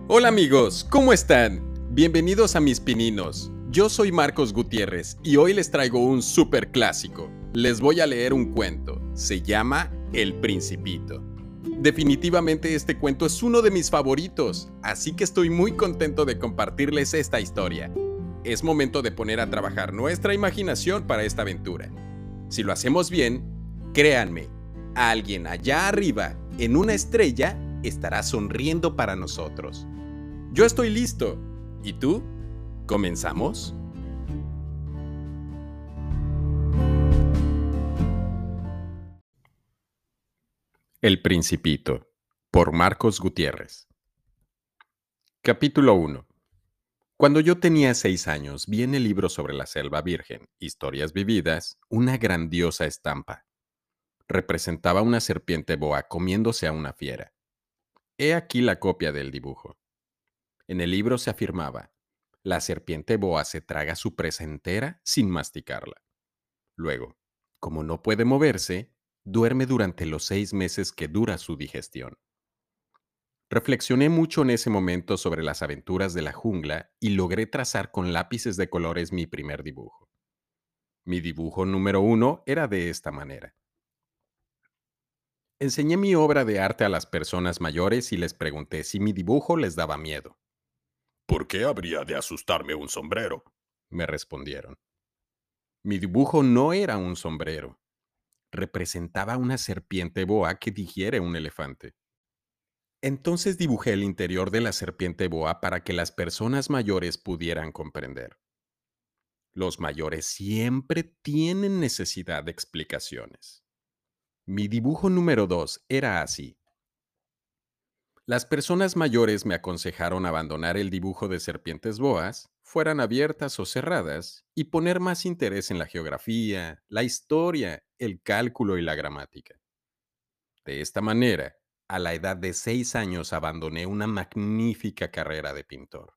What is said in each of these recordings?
Hola amigos, ¿cómo están? Bienvenidos a Mis Pininos. Yo soy Marcos Gutiérrez y hoy les traigo un super clásico. Les voy a leer un cuento. Se llama El Principito. Definitivamente este cuento es uno de mis favoritos, así que estoy muy contento de compartirles esta historia. Es momento de poner a trabajar nuestra imaginación para esta aventura. Si lo hacemos bien, créanme, alguien allá arriba, en una estrella, estará sonriendo para nosotros. Yo estoy listo. ¿Y tú? ¿Comenzamos? El Principito, por Marcos Gutiérrez. Capítulo 1. Cuando yo tenía 6 años, vi en el libro sobre la selva virgen, Historias vividas, una grandiosa estampa. Representaba una serpiente boa comiéndose a una fiera. He aquí la copia del dibujo. En el libro se afirmaba: la serpiente boa se traga su presa entera sin masticarla. Luego, como no puede moverse, duerme durante los 6 meses que dura su digestión. Reflexioné mucho en ese momento sobre las aventuras de la jungla y logré trazar con lápices de colores mi primer dibujo. Mi dibujo número 1 era de esta manera. Enseñé mi obra de arte a las personas mayores y les pregunté si mi dibujo les daba miedo. ¿Por qué habría de asustarme un sombrero? Me respondieron. Mi dibujo no era un sombrero. Representaba una serpiente boa que digiere un elefante. Entonces dibujé el interior de la serpiente boa para que las personas mayores pudieran comprender. Los mayores siempre tienen necesidad de explicaciones. Mi dibujo número 2 era así. Las personas mayores me aconsejaron abandonar el dibujo de serpientes boas, fueran abiertas o cerradas, y poner más interés en la geografía, la historia, el cálculo y la gramática. De esta manera, a la edad de 6 años abandoné una magnífica carrera de pintor.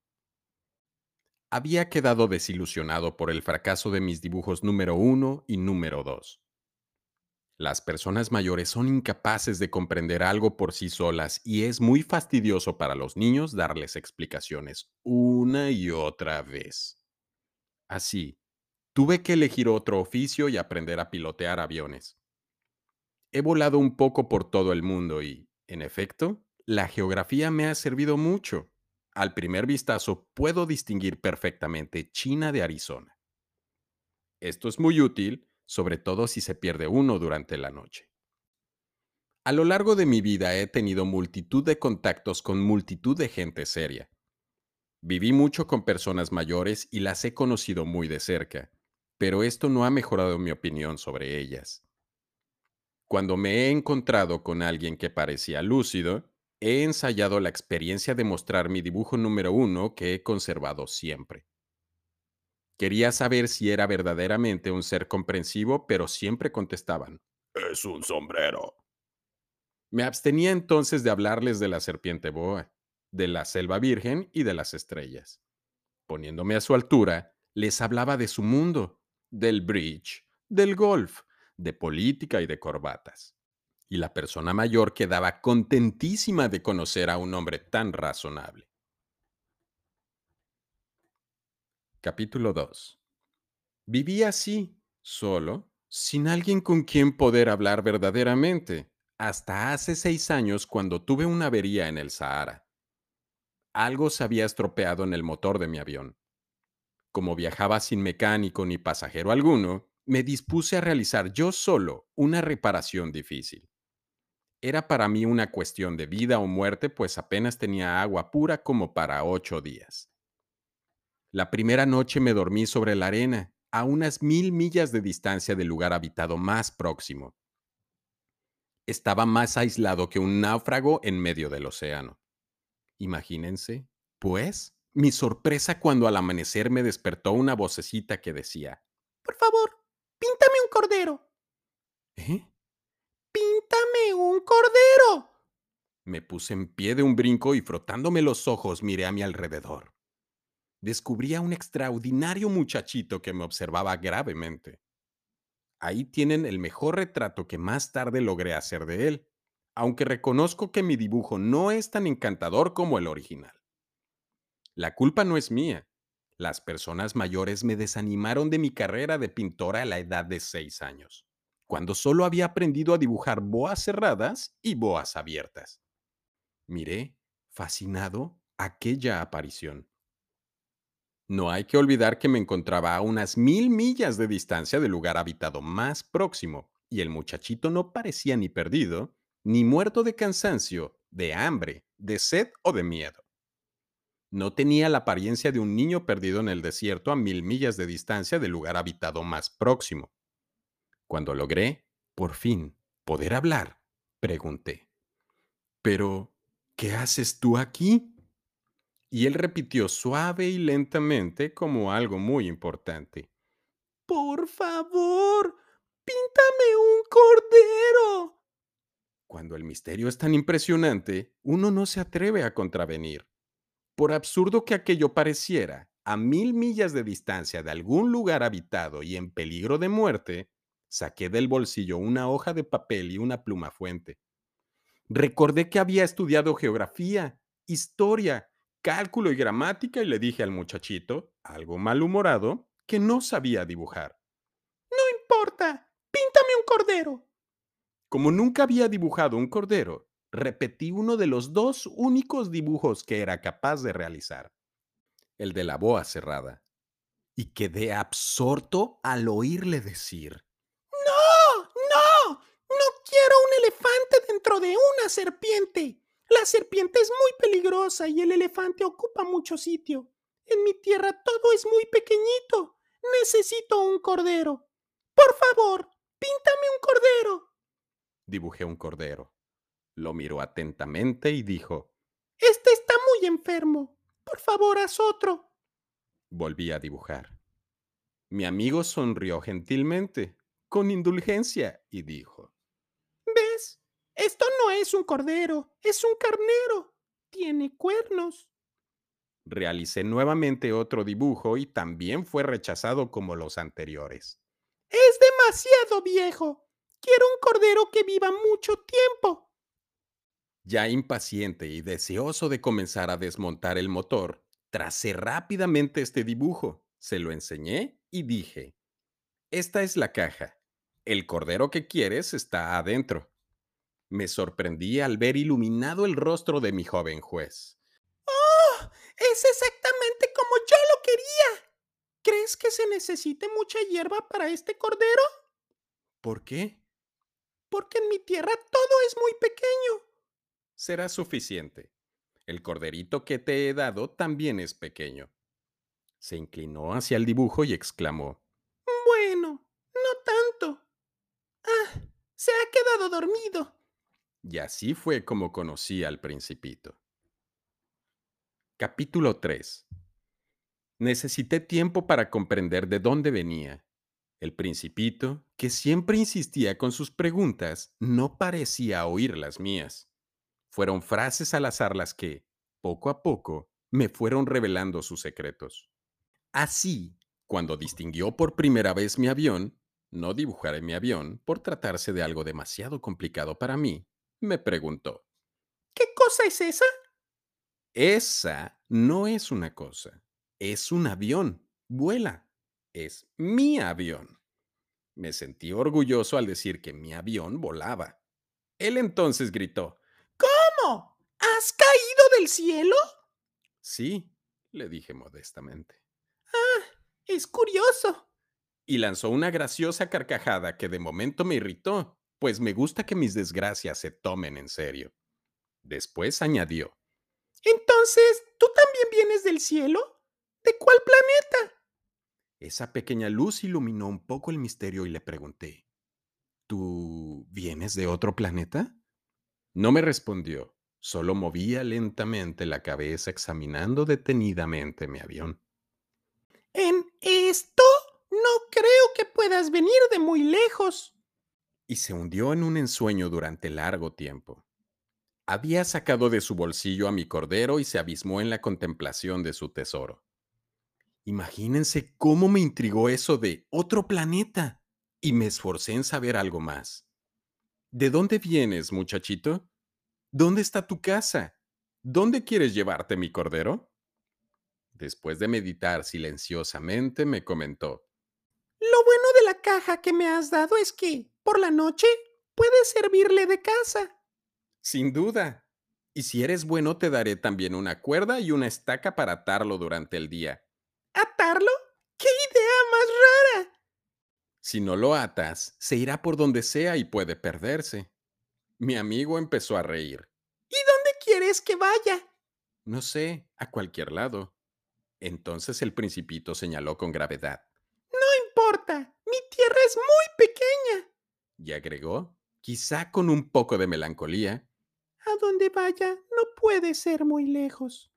Había quedado desilusionado por el fracaso de mis dibujos número 1 y número 2. Las personas mayores son incapaces de comprender algo por sí solas y es muy fastidioso para los niños darles explicaciones una y otra vez. Así, tuve que elegir otro oficio y aprender a pilotear aviones. He volado un poco por todo el mundo y, en efecto, la geografía me ha servido mucho. Al primer vistazo puedo distinguir perfectamente China de Arizona. Esto es muy útil, sobre todo si se pierde uno durante la noche. A lo largo de mi vida he tenido multitud de contactos con multitud de gente seria. Viví mucho con personas mayores y las he conocido muy de cerca, pero esto no ha mejorado mi opinión sobre ellas. Cuando me he encontrado con alguien que parecía lúcido, he ensayado la experiencia de mostrar mi dibujo número 1 que he conservado siempre. Quería saber si era verdaderamente un ser comprensivo, pero siempre contestaban. Es un sombrero. Me abstenía entonces de hablarles de la serpiente boa, de la selva virgen y de las estrellas. Poniéndome a su altura, les hablaba de su mundo, del bridge, del golf, de política y de corbatas. Y la persona mayor quedaba contentísima de conocer a un hombre tan razonable. Capítulo 2. Viví así, solo, sin alguien con quien poder hablar verdaderamente, hasta hace 6 años cuando tuve una avería en el Sahara. Algo se había estropeado en el motor de mi avión. Como viajaba sin mecánico ni pasajero alguno, me dispuse a realizar yo solo una reparación difícil. Era para mí una cuestión de vida o muerte, pues apenas tenía agua pura como para 8 días. La primera noche me dormí sobre la arena, a unas 1000 millas de distancia del lugar habitado más próximo. Estaba más aislado que un náufrago en medio del océano. Imagínense, pues, mi sorpresa cuando al amanecer me despertó una vocecita que decía: Por favor, píntame un cordero. ¿Eh? ¡Píntame un cordero! Me puse en pie de un brinco y frotándome los ojos miré a mi alrededor. Descubrí a un extraordinario muchachito que me observaba gravemente. Ahí tienen el mejor retrato que más tarde logré hacer de él, aunque reconozco que mi dibujo no es tan encantador como el original. La culpa no es mía. Las personas mayores me desanimaron de mi carrera de pintora a la edad de 6 años, cuando solo había aprendido a dibujar boas cerradas y boas abiertas. Miré, fascinado, aquella aparición. No hay que olvidar que me encontraba a unas 1000 millas de distancia del lugar habitado más próximo, y el muchachito no parecía ni perdido, ni muerto de cansancio, de hambre, de sed o de miedo. No tenía la apariencia de un niño perdido en el desierto a 1000 millas de distancia del lugar habitado más próximo. Cuando logré, por fin, poder hablar, pregunté, «¿Pero qué haces tú aquí?». Y él repitió suave y lentamente como algo muy importante. Por favor, píntame un cordero. Cuando el misterio es tan impresionante, uno no se atreve a contravenir. Por absurdo que aquello pareciera, a 1000 millas de distancia de algún lugar habitado y en peligro de muerte, saqué del bolsillo una hoja de papel y una pluma fuente. Recordé que había estudiado geografía, historia, cálculo y gramática y le dije al muchachito, algo malhumorado, que no sabía dibujar. No importa, píntame un cordero. Como nunca había dibujado un cordero, repetí uno de los 2 únicos dibujos que era capaz de realizar, el de la boa cerrada, y quedé absorto al oírle decir, ¡No! ¡No! No quiero un elefante dentro de una serpiente. La serpiente es muy peligrosa y el elefante ocupa mucho sitio. En mi tierra todo es muy pequeñito. Necesito un cordero. Por favor, píntame un cordero. dibujé un cordero. Lo miró atentamente y dijo, Este está muy enfermo. Por favor, haz otro. volví a dibujar. Mi amigo sonrió gentilmente, con indulgencia, y dijo, ¿Ves? Esto no es un cordero, es un carnero. Tiene cuernos. realicé nuevamente otro dibujo y también fue rechazado como los anteriores. Es demasiado viejo. Quiero un cordero que viva mucho tiempo. Ya impaciente y deseoso de comenzar a desmontar el motor, tracé rápidamente este dibujo, se lo enseñé y dije, esta es la caja. El cordero que quieres está adentro. Me sorprendí al ver iluminado el rostro de mi joven juez. ¡Oh! Es exactamente como yo lo quería. ¿Crees que se necesite mucha hierba para este cordero? ¿Por qué? Porque en mi tierra todo es muy pequeño. Será suficiente. El corderito que te he dado también es pequeño. Se inclinó hacia el dibujo y exclamó, Bueno, no tanto. Ah, se ha quedado dormido. y así fue como conocí al principito. Capítulo 3. Necesité tiempo para comprender de dónde venía. El principito, que siempre insistía con sus preguntas, no parecía oír las mías. Fueron frases al azar las que, poco a poco, me fueron revelando sus secretos. Así, cuando distinguió por primera vez mi avión, no dibujaré mi avión por tratarse de algo demasiado complicado para mí, me preguntó, ¿Qué cosa es esa? esa no es una cosa, es un avión, vuela, es mi avión. Me sentí orgulloso al decir que mi avión volaba. Él entonces gritó, ¿Cómo? ¿Has caído del cielo? sí, le dije modestamente. Ah, es curioso. Y lanzó una graciosa carcajada que de momento me irritó, pues me gusta que mis desgracias se tomen en serio. Después añadió, Entonces, ¿tú también vienes del cielo? ¿De cuál planeta? esa pequeña luz iluminó un poco el misterio y le pregunté, ¿tú vienes de otro planeta? No me respondió, solo movía lentamente la cabeza examinando detenidamente mi avión. En esto no creo que puedas venir de muy lejos. Y se hundió en un ensueño durante largo tiempo. Había sacado de su bolsillo a mi cordero y se abismó en la contemplación de su tesoro. Imagínense cómo me intrigó eso de otro planeta y me esforcé en saber algo más. ¿De dónde vienes, muchachito? ¿Dónde está tu casa? ¿Dónde quieres llevarte mi cordero? Después de meditar silenciosamente, me comentó: Lo bueno de la caja que me has dado es que, por la noche, puedes servirle de casa. sin duda. Y si eres bueno, te daré también una cuerda y una estaca para atarlo durante el día. ¿Atarlo? ¡Qué idea más rara! Si no lo atas, se irá por donde sea y puede perderse. Mi amigo empezó a reír. ¿Y dónde quieres que vaya? No sé, a cualquier lado. Entonces el principito señaló con gravedad No importa, mi tierra es muy pequeña. y agregó, quizá con un poco de melancolía: A donde vaya no puede ser muy lejos.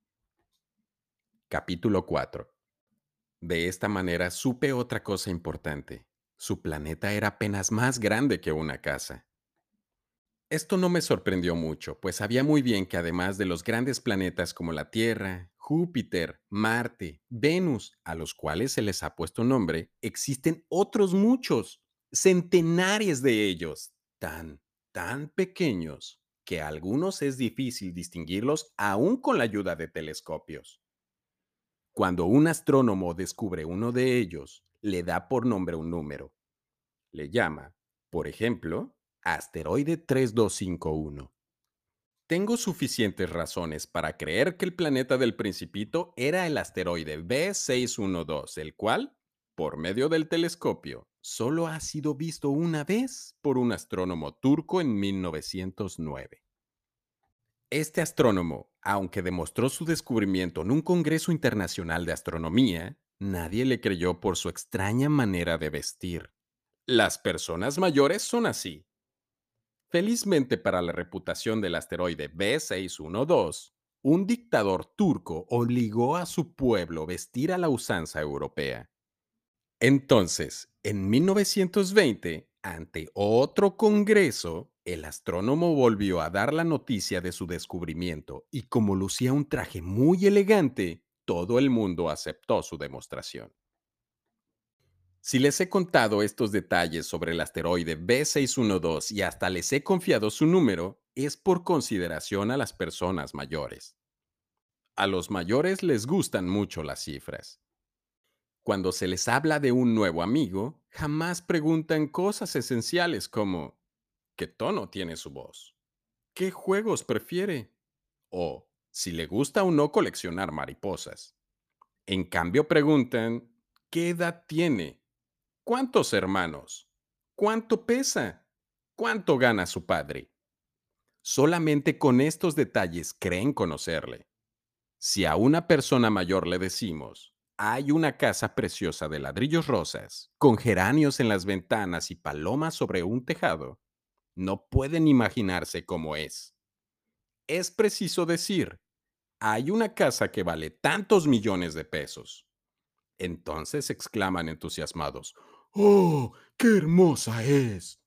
Capítulo 4. De esta manera supe otra cosa importante. Su planeta era apenas más grande que una casa. Esto no me sorprendió mucho, pues sabía muy bien que además de los grandes planetas como la Tierra, Júpiter, Marte, Venus, a los cuales se les ha puesto nombre, existen otros muchos, centenares de ellos, tan pequeños, que a algunos es difícil distinguirlos aún con la ayuda de telescopios. Cuando un astrónomo descubre uno de ellos, le da por nombre un número. Le llama, por ejemplo, asteroide 3251. Tengo suficientes razones para creer que el planeta del Principito era el asteroide B612, el cual, por medio del telescopio, solo ha sido visto una vez por un astrónomo turco en 1909. Este astrónomo, aunque demostró su descubrimiento en un congreso internacional de astronomía, nadie le creyó por su extraña manera de vestir. Las personas mayores son así. Felizmente para la reputación del asteroide B612, un dictador turco obligó a su pueblo a vestir a la usanza europea. Entonces, en 1920, ante otro congreso, el astrónomo volvió a dar la noticia de su descubrimiento y como lucía un traje muy elegante, todo el mundo aceptó su demostración. Si les he contado estos detalles sobre el asteroide B612 y hasta les he confiado su número, es por consideración a las personas mayores. A los mayores les gustan mucho las cifras. Cuando se les habla de un nuevo amigo, jamás preguntan cosas esenciales como ¿qué tono tiene su voz? ¿Qué juegos prefiere? O si le gusta o no coleccionar mariposas. En cambio preguntan ¿qué edad tiene? ¿Cuántos hermanos? ¿Cuánto pesa? ¿Cuánto gana su padre? Solamente con estos detalles creen conocerle. Si a una persona mayor le decimos, hay una casa preciosa de ladrillos rosas, con geranios en las ventanas y palomas sobre un tejado, no pueden imaginarse cómo es. Es preciso decir, hay una casa que vale tantos millones de pesos. Entonces exclaman entusiasmados, ¡oh, qué hermosa es!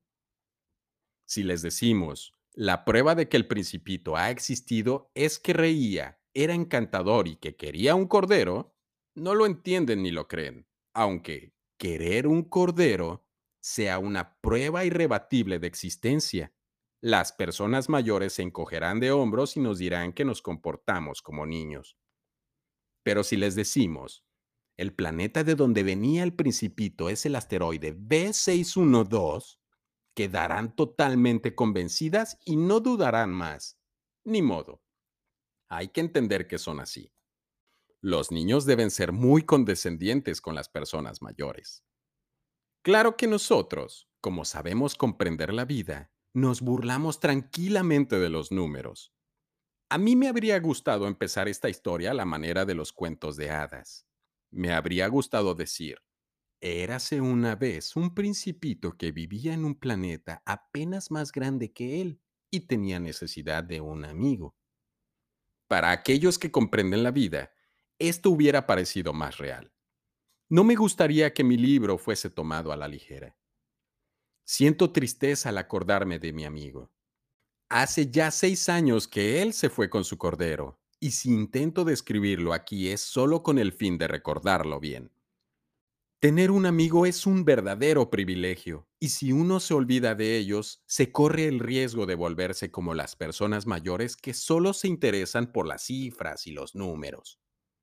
Si les decimos, la prueba de que el principito ha existido es que reía, era encantador y que quería un cordero, no lo entienden ni lo creen, aunque querer un cordero sea una prueba irrebatible de existencia. Las personas mayores se encogerán de hombros y nos dirán que nos comportamos como niños. Pero si les decimos, el planeta de donde venía el principito es el asteroide B612, quedarán totalmente convencidas y no dudarán más. Ni modo. Hay que entender que son así. Los niños deben ser muy condescendientes con las personas mayores. Claro que nosotros, como sabemos comprender la vida, nos burlamos tranquilamente de los números. A mí me habría gustado empezar esta historia a la manera de los cuentos de hadas. Me habría gustado decir, érase una vez un principito que vivía en un planeta apenas más grande que él y tenía necesidad de un amigo. Para aquellos que comprenden la vida, esto hubiera parecido más real. No me gustaría que mi libro fuese tomado a la ligera. Siento tristeza al acordarme de mi amigo. Hace ya 6 años que él se fue con su cordero, y si intento describirlo aquí es solo con el fin de recordarlo bien. Tener un amigo es un verdadero privilegio, y si uno se olvida de ellos, se corre el riesgo de volverse como las personas mayores que solo se interesan por las cifras y los números.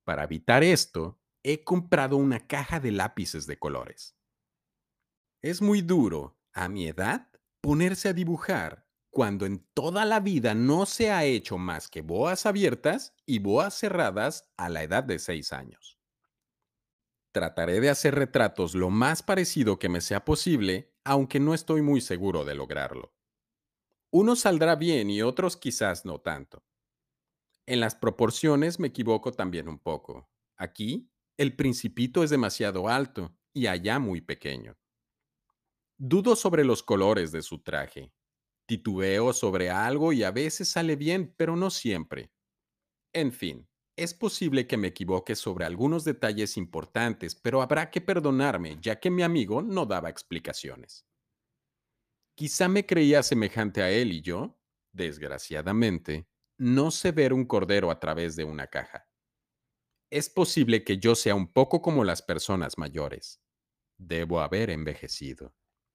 Para evitar esto, he comprado una caja de lápices de colores. Es muy duro, a mi edad, ponerse a dibujar cuando en toda la vida no se ha hecho más que boas abiertas y boas cerradas a la edad de 6 años. Trataré de hacer retratos lo más parecido que me sea posible, aunque no estoy muy seguro de lograrlo. Unos saldrá bien y otros quizás no tanto. En las proporciones me equivoco también un poco. Aquí, el principito es demasiado alto y allá muy pequeño. Dudo sobre los colores de su traje. Titubeo sobre algo y a veces sale bien, pero no siempre. En fin, es posible que me equivoque sobre algunos detalles importantes, pero habrá que perdonarme, ya que mi amigo no daba explicaciones. Quizá me creía semejante a él y yo, desgraciadamente, no sé ver un cordero a través de una caja. Es posible que yo sea un poco como las personas mayores. Debo haber envejecido.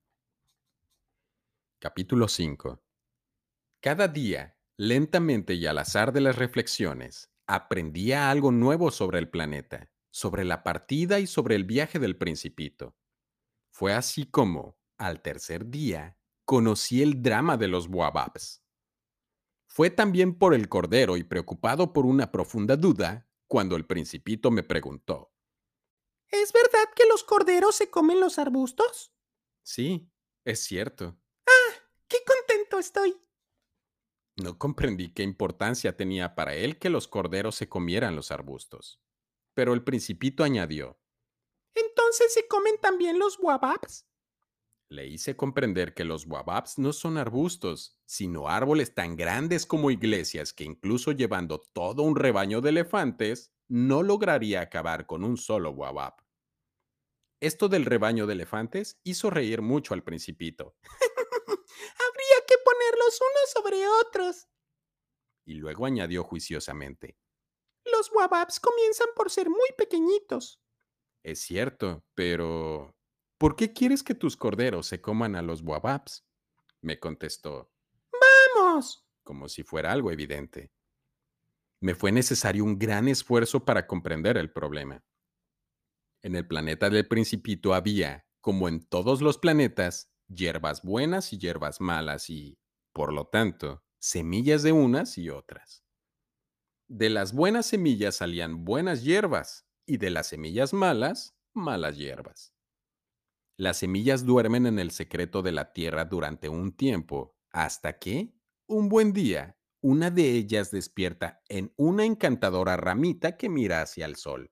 Capítulo 5. Cada día, lentamente y al azar de las reflexiones, aprendía algo nuevo sobre el planeta, sobre la partida y sobre el viaje del Principito. Fue así como, al tercer día, conocí el drama de los Boababs. Fue también por el cordero y preocupado por una profunda duda cuando el Principito me preguntó. ¿Es verdad que los corderos se comen los arbustos? Sí, es cierto. ¡Qué contento estoy! No comprendí qué importancia tenía para él que los corderos se comieran los arbustos. Pero el Principito añadió. ¿Entonces se comen también los guababs? Le hice comprender que los baobabs no son arbustos, sino árboles tan grandes como iglesias que incluso llevando todo un rebaño de elefantes, no lograría acabar con un solo baobab. Esto del rebaño de elefantes hizo reír mucho al Principito, Habría que ponerlos unos sobre otros. y luego añadió juiciosamente. Los guababs comienzan por ser muy pequeñitos. Es cierto, pero ¿por qué quieres que tus corderos se coman a los baobabs? Me contestó, ¡Vamos! como si fuera algo evidente. Me fue necesario un gran esfuerzo para comprender el problema. En el planeta del Principito había, como en todos los planetas, hierbas buenas y hierbas malas y, por lo tanto, semillas de unas y otras. De las buenas semillas salían buenas hierbas y de las semillas malas, malas hierbas. Las semillas duermen en el secreto de la tierra durante un tiempo, hasta que, un buen día, una de ellas despierta en una encantadora ramita que mira hacia el sol.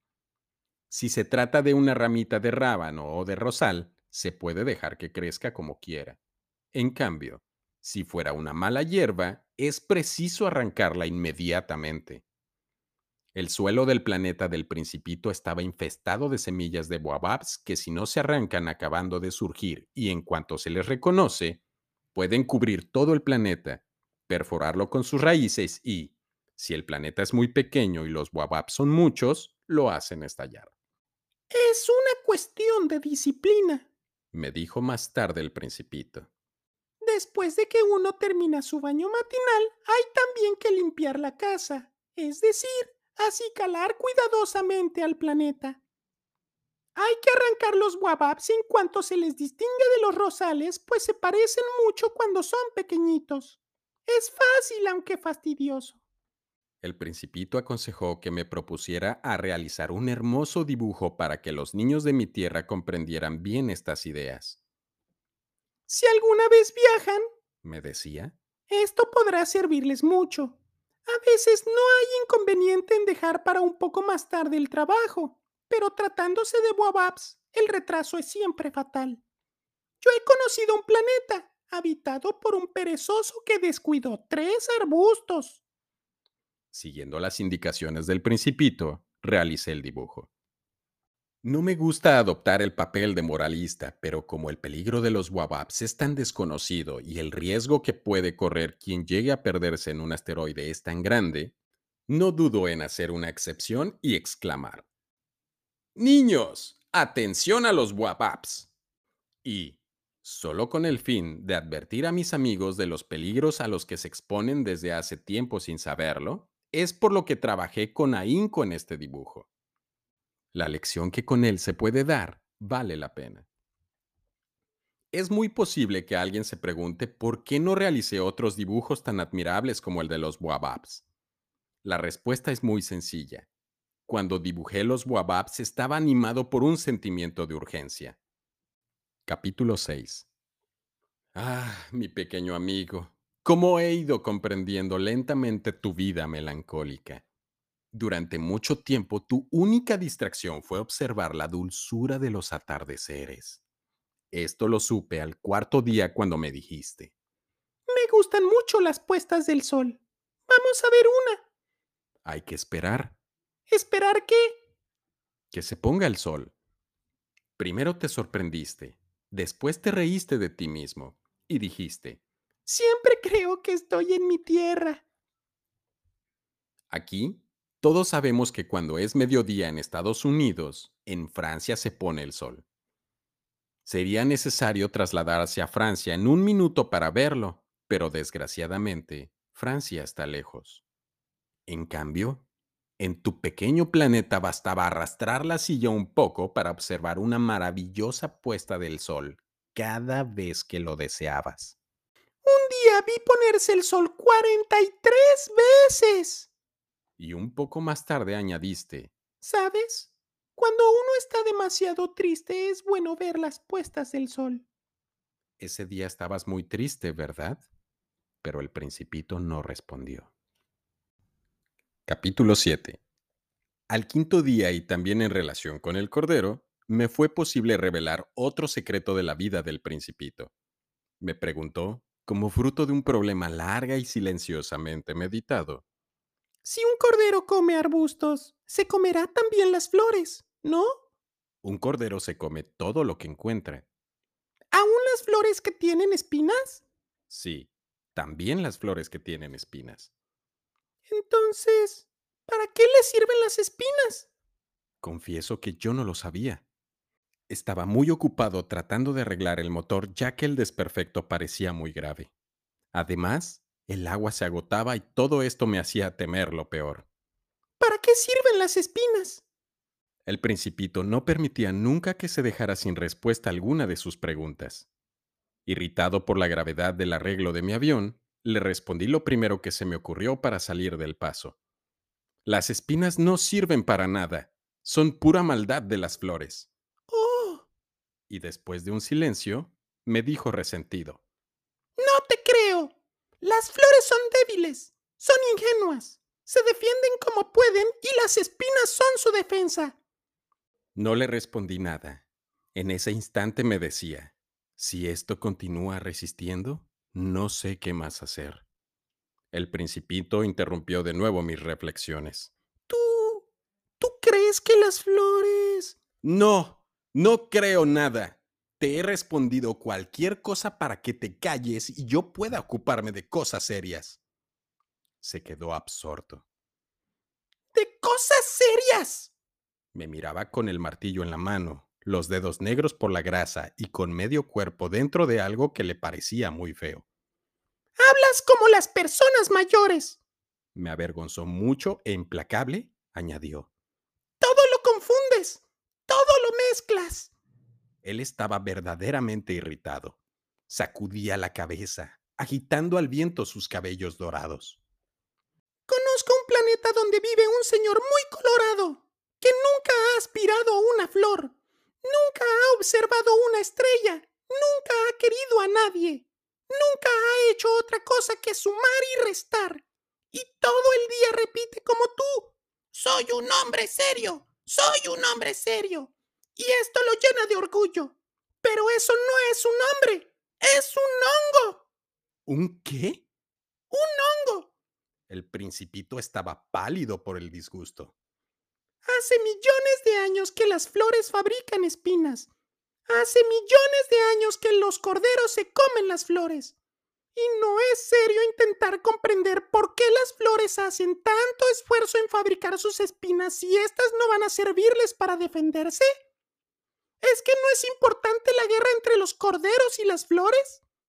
Si se trata de una ramita de rábano o de rosal, se puede dejar que crezca como quiera. En cambio, si fuera una mala hierba, es preciso arrancarla inmediatamente. El suelo del planeta del Principito estaba infestado de semillas de baobabs que si no se arrancan acabando de surgir y en cuanto se les reconoce, pueden cubrir todo el planeta, perforarlo con sus raíces y, si el planeta es muy pequeño y los baobabs son muchos, lo hacen estallar. Es una cuestión de disciplina. Me dijo más tarde el Principito. Después de que uno termina su baño matinal, hay también que limpiar la casa, es decir, acicalar cuidadosamente al planeta. Hay que arrancar los guababs en cuanto se les distingue de los rosales, pues se parecen mucho cuando son pequeñitos. Es fácil, aunque fastidioso. El Principito aconsejó que me propusiera a realizar un hermoso dibujo para que los niños de mi tierra comprendieran bien estas ideas. Si alguna vez viajan, Me decía, esto podrá servirles mucho. A veces no hay inconveniente en dejar para un poco más tarde el trabajo, pero tratándose de Boababs, el retraso es siempre fatal. Yo he conocido un planeta habitado por un perezoso que descuidó 3 arbustos. siguiendo las indicaciones del Principito, realicé el dibujo. No me gusta adoptar el papel de moralista, pero como el peligro de los Wababs es tan desconocido y el riesgo que puede correr quien llegue a perderse en un asteroide es tan grande, no dudo en hacer una excepción y exclamar: ¡Niños! ¡Atención a los Wababs! Y, solo con el fin de advertir a mis amigos de los peligros a los que se exponen desde hace tiempo sin saberlo, Es por lo que trabajé con ahínco en este dibujo. La lección que con él se puede dar vale la pena. Es muy posible que alguien se pregunte por qué no realicé otros dibujos tan admirables como el de los Boababs. La respuesta es muy sencilla. Cuando dibujé los Boababs estaba animado por un sentimiento de urgencia. Capítulo 6. Ah, mi pequeño amigo, cómo he ido comprendiendo lentamente tu vida melancólica. Durante mucho tiempo tu única distracción fue observar la dulzura de los atardeceres. Esto lo supe al cuarto día cuando me dijiste. Me gustan mucho las puestas del sol. Vamos a ver una. Hay que esperar ¿Esperar qué? que se ponga el sol. Primero te sorprendiste, después te reíste de ti mismo y dijiste, Siempre creo que estoy en mi tierra. aquí todos sabemos que cuando es mediodía en Estados Unidos, en Francia se pone el sol. Sería necesario trasladarse a Francia en un minuto para verlo, pero desgraciadamente, Francia está lejos. En cambio, en tu pequeño planeta bastaba arrastrar la silla un poco para observar una maravillosa puesta del sol cada vez que lo deseabas. Un día vi ponerse el sol 43 veces. Y un poco más tarde añadiste, ¿Sabes? Cuando uno está demasiado triste es bueno ver las puestas del sol. ese día estabas muy triste, ¿verdad? Pero el principito no respondió. Capítulo 7. Al quinto día y también en relación con el cordero, me fue posible revelar otro secreto de la vida del principito. Me preguntó, como fruto de un problema larga y silenciosamente meditado. Si un cordero come arbustos, se comerá también las flores, ¿no? Un cordero se come todo lo que encuentra. ¿Aún las flores que tienen espinas? Sí, también las flores que tienen espinas. Entonces, ¿para qué le sirven las espinas? Confieso que yo no lo sabía. Estaba muy ocupado tratando de arreglar el motor ya que el desperfecto parecía muy grave. Además, el agua se agotaba y todo esto me hacía temer lo peor. ¿Para qué sirven las espinas? El principito no permitía nunca que se dejara sin respuesta alguna de sus preguntas. Irritado por la gravedad del arreglo de mi avión, le respondí lo primero que se me ocurrió para salir del paso. Las espinas no sirven para nada, son pura maldad de las flores. Oh, Y después de un silencio, me dijo resentido. no te creo. Las flores son débiles, son ingenuas, se defienden como pueden y las espinas son su defensa. No le respondí nada. En ese instante me decía, si esto continúa resistiendo, no sé qué más hacer. El principito interrumpió de nuevo mis reflexiones. ¿Tú... ¿Tú crees que las flores... No, no creo nada. Te he respondido cualquier cosa para que te calles y yo pueda ocuparme de cosas serias. Se quedó absorto. de cosas serias? Me miraba con el martillo en la mano, los dedos negros por la grasa y con medio cuerpo dentro de algo que le parecía muy feo. Hablas como las personas mayores. Me avergonzó mucho e implacable, añadió. Todo lo confundes, todo lo mezclas. Él estaba verdaderamente irritado. Sacudía la cabeza, agitando al viento sus cabellos dorados. Conozco un planeta donde vive un señor muy colorado, que nunca ha aspirado una flor, nunca ha observado una estrella, nunca ha querido a nadie, nunca ha hecho otra cosa que sumar y restar. Y todo el día repite como tú, soy un hombre serio, soy un hombre serio. Y esto lo llena de orgullo. Pero eso no es un hombre, es un hongo, ¿Un qué? un hongo. El principito estaba pálido por el disgusto. Hace millones de años que las flores fabrican espinas. Hace millones de años que los corderos se comen las flores. Y no es serio intentar comprender por qué las flores hacen tanto esfuerzo en fabricar sus espinas si éstas no van a servirles para defenderse. ¿Es que no es importante la guerra entre los corderos y las flores?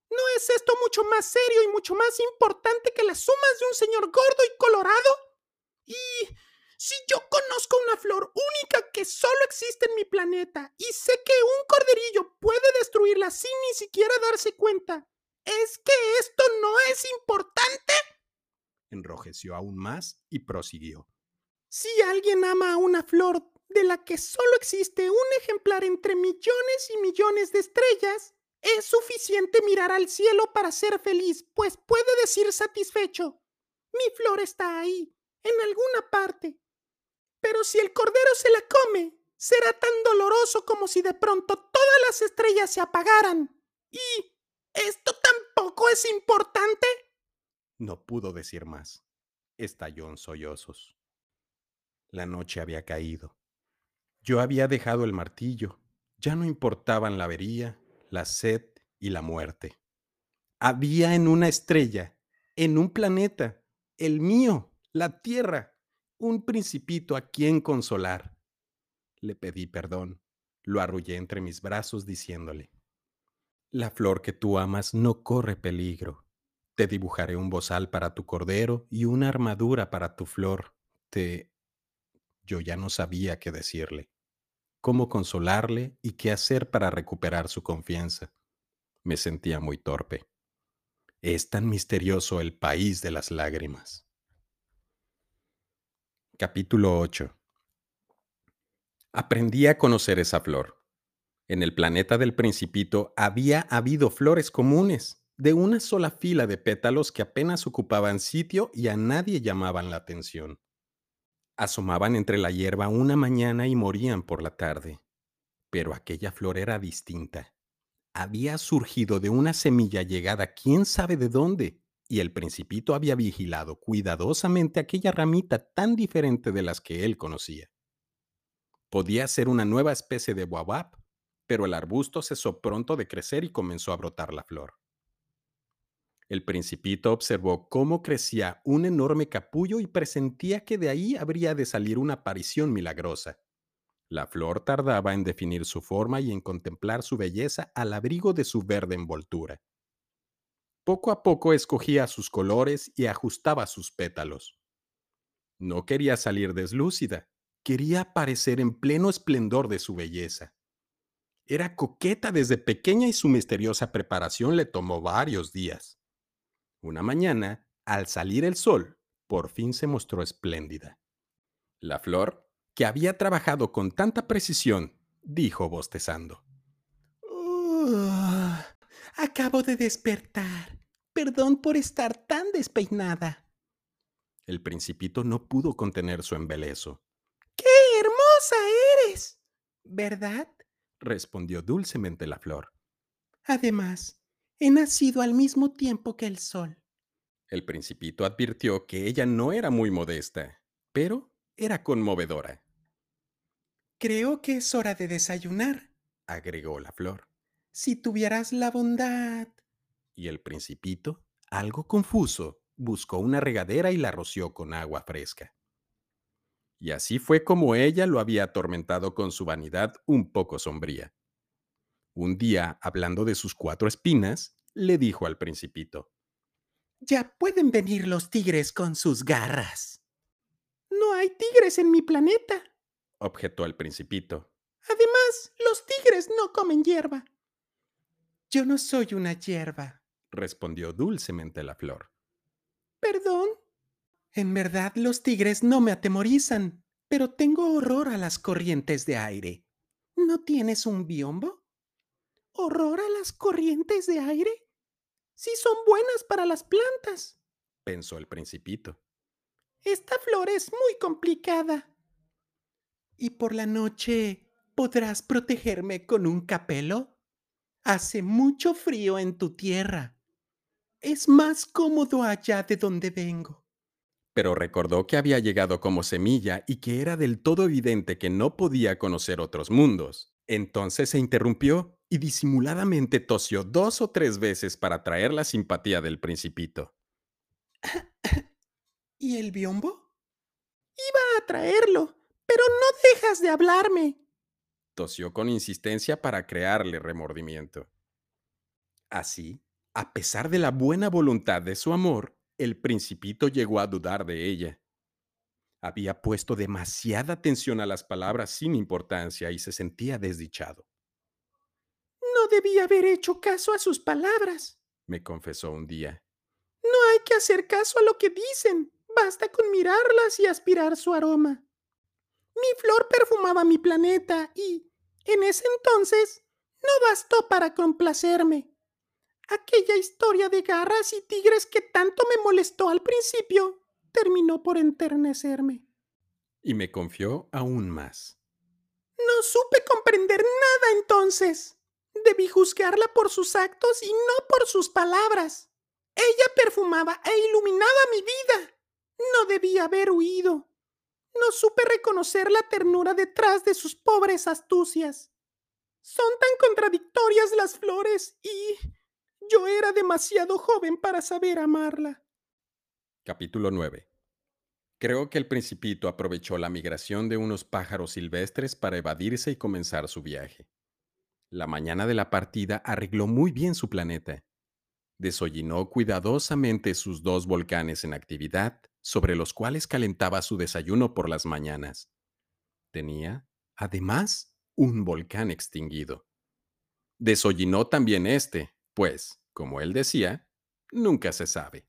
¿No es esto mucho más serio y mucho más importante que las sumas de un señor gordo y colorado? Y si yo conozco una flor única que solo existe en mi planeta y sé que un corderillo puede destruirla sin ni siquiera darse cuenta, ¿es que esto no es importante? Enrojeció aún más y prosiguió. Si alguien ama a una flor de la que solo existe un ejemplar entre millones y millones de estrellas, es suficiente mirar al cielo para ser feliz, pues puede decir satisfecho, mi flor está ahí, en alguna parte. Pero si el cordero se la come, será tan doloroso como si de pronto todas las estrellas se apagaran. ¿Y esto tampoco es importante? No pudo decir más. Estalló en sollozos. La noche había caído. Yo había dejado el martillo. Ya no importaban la avería, la sed y la muerte. Había en una estrella, en un planeta, el mío, la Tierra, un principito a quien consolar. Le pedí perdón. Lo arrullé entre mis brazos diciéndole: la flor que tú amas no corre peligro. Te dibujaré un bozal para tu cordero y una armadura para tu flor. Yo ya no sabía qué decirle, cómo consolarle y qué hacer para recuperar su confianza. Me sentía muy torpe. Es tan misterioso el país de las lágrimas. Capítulo 8. Aprendí a conocer esa flor. En el planeta del Principito había habido flores comunes, de una sola fila de pétalos que apenas ocupaban sitio y a nadie llamaban la atención. Asomaban entre la hierba una mañana y morían por la tarde. Pero aquella flor era distinta. Había surgido de una semilla llegada quién sabe de dónde, y el Principito había vigilado cuidadosamente aquella ramita tan diferente de las que él conocía. Podía ser una nueva especie de baobab, pero el arbusto cesó pronto de crecer y comenzó a brotar la flor. El Principito observó cómo crecía un enorme capullo y presentía que de ahí habría de salir una aparición milagrosa. La flor tardaba en definir su forma y en contemplar su belleza al abrigo de su verde envoltura. Poco a poco escogía sus colores y ajustaba sus pétalos. No quería salir deslúcida, quería aparecer en pleno esplendor de su belleza. Era coqueta desde pequeña y su misteriosa preparación le tomó varios días. Una mañana, al salir el sol, por fin se mostró espléndida. La flor, que había trabajado con tanta precisión, dijo bostezando: Acabo de despertar. Perdón por estar tan despeinada. El Principito no pudo contener su embeleso. ¡Qué hermosa eres! ¿Verdad? Respondió dulcemente la flor. Además, he nacido al mismo tiempo que el sol. El Principito advirtió que ella no era muy modesta, pero era conmovedora. Creo que es hora de desayunar, Agregó la flor. si tuvieras la bondad. Y el Principito, algo confuso, buscó una regadera y la roció con agua fresca. Y así fue como ella lo había atormentado con su vanidad un poco sombría. Un día, hablando de sus 4 espinas, le dijo al Principito: Ya pueden venir los tigres con sus garras. No hay tigres en mi planeta. objetó el Principito. Además, los tigres no comen hierba. Yo no soy una hierba, Respondió dulcemente la flor. ¿perdón? En verdad los tigres no me atemorizan, pero tengo horror a las corrientes de aire. ¿No tienes un biombo? ¿Horror a las corrientes de aire? Sí son buenas para las plantas, Pensó el Principito. Esta flor es muy complicada. ¿Y por la noche podrás protegerme con un capelo? Hace mucho frío en tu tierra. Es más cómodo allá de donde vengo. Pero recordó que había llegado como semilla y que era del todo evidente que no podía conocer otros mundos. Entonces se interrumpió y disimuladamente tosió 2 o 3 veces para atraer la simpatía del Principito. ¿Y el biombo? Iba a traerlo, pero no dejas de hablarme. Tosió con insistencia para crearle remordimiento. Así, A pesar de la buena voluntad de su amor, el principito llegó a dudar de ella. Había puesto demasiada atención a las palabras sin importancia y se sentía desdichado. No debía haber hecho caso a sus palabras. Me confesó un día. No hay que hacer caso a lo que dicen. Basta con mirarlas y aspirar su aroma. Mi flor perfumaba mi planeta y, en ese entonces, no bastó para complacerme. Aquella historia de garras y tigres que tanto me molestó al principio terminó por enternecerme. Y me confió aún más. No supe comprender nada entonces. Debí juzgarla por sus actos y no por sus palabras. Ella perfumaba e iluminaba mi vida. No debía haber huido. No supe reconocer la ternura detrás de sus pobres astucias. Son tan contradictorias las flores y yo era demasiado joven para saber amarla. Capítulo 9. Creo que el principito aprovechó la migración de unos pájaros silvestres para evadirse y comenzar su viaje. La mañana de la partida arregló muy bien su planeta. Desollinó cuidadosamente sus 2 volcanes en actividad, sobre los cuales calentaba su desayuno por las mañanas. Tenía, además, un volcán extinguido. Desollinó también este, pues, como él decía, nunca se sabe.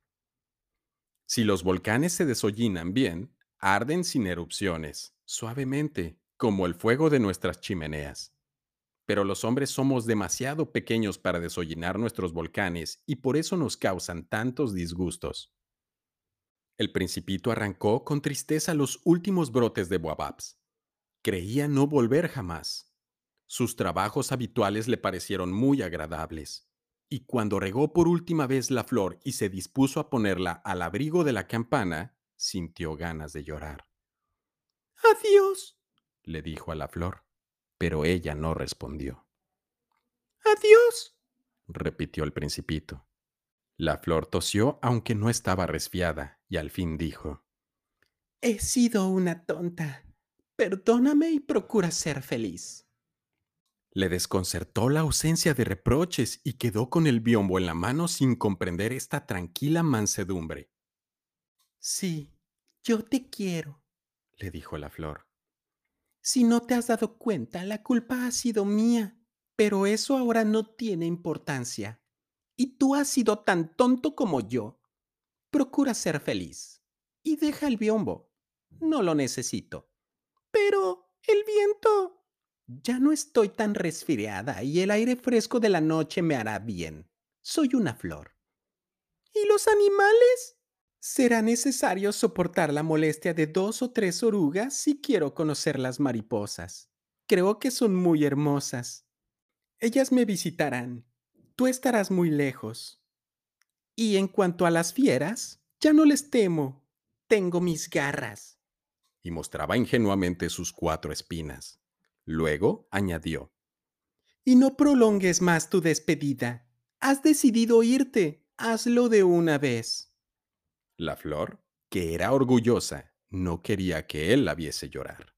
Si los volcanes se desollinan bien, arden sin erupciones, suavemente, como el fuego de nuestras chimeneas. Pero los hombres somos demasiado pequeños para desollinar nuestros volcanes y por eso nos causan tantos disgustos. El principito arrancó con tristeza los últimos brotes de baobabs. Creía no volver jamás. Sus trabajos habituales le parecieron muy agradables, y cuando regó por última vez la flor y se dispuso a ponerla al abrigo de la campana, sintió ganas de llorar. Adiós, Le dijo a la flor, pero ella no respondió. adiós. Repitió el principito. La flor tosió aunque no estaba resfriada, y al fin dijo, He sido una tonta. Perdóname y procura ser feliz. Le desconcertó la ausencia de reproches y quedó con el biombo en la mano sin comprender esta tranquila mansedumbre. Sí, yo te quiero, Le dijo la flor. Si no te has dado cuenta, la culpa ha sido mía, pero eso ahora no tiene importancia. Y tú has sido tan tonto como yo. Procura ser feliz. Y deja el biombo. No lo necesito. Pero el viento. Ya no estoy tan resfriada y el aire fresco de la noche me hará bien. Soy una flor. ¿Y los animales? Será necesario soportar la molestia de 2 o 3 orugas si quiero conocer las mariposas. Creo que son muy hermosas. Ellas me visitarán. Tú estarás muy lejos. Y en cuanto a las fieras, ya no les temo. Tengo mis garras. Y mostraba ingenuamente sus 4 espinas. Luego añadió, Y no prolongues más tu despedida. Has decidido irte. Hazlo de una vez. la flor, que era orgullosa, no quería que él la viese llorar.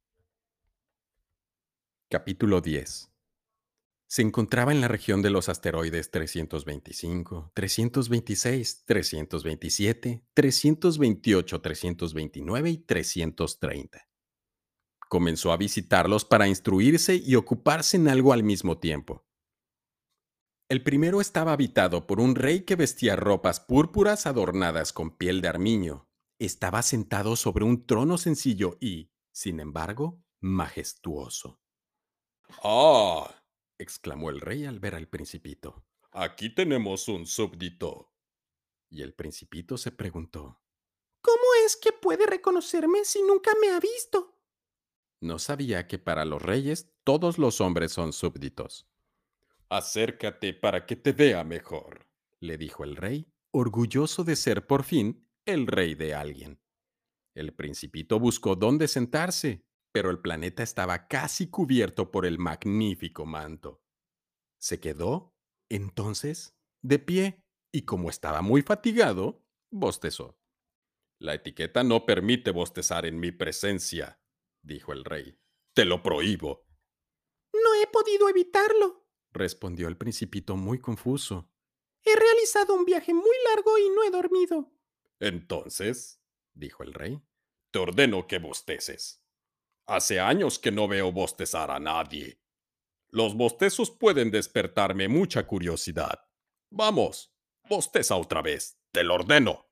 Capítulo 10. Se encontraba en la región de los asteroides 325, 326, 327, 328, 329 y 330. Comenzó a visitarlos para instruirse y ocuparse en algo al mismo tiempo. El primero estaba habitado por un rey que vestía ropas púrpuras adornadas con piel de armiño. Estaba sentado sobre un trono sencillo y, sin embargo, majestuoso. ¡Ah! Exclamó el rey al ver al principito. Aquí tenemos un súbdito. Y el principito se preguntó. ¿Cómo es que puede reconocerme si nunca me ha visto? No sabía que para los reyes todos los hombres son súbditos. Acércate para que te vea mejor. Le dijo el rey, orgulloso de ser por fin el rey de alguien. El principito buscó dónde sentarse, pero el planeta estaba casi cubierto por el magnífico manto. Se quedó, entonces, de pie, y como estaba muy fatigado, bostezó. La etiqueta no permite bostezar en mi presencia, dijo el rey. Te lo prohíbo. No he podido evitarlo. Respondió el principito muy confuso. He realizado un viaje muy largo y no he dormido. Entonces, dijo el rey, te ordeno que bosteces. Hace años que no veo bostezar a nadie. Los bostezos pueden despertarme mucha curiosidad. Vamos, bosteza otra vez, te lo ordeno,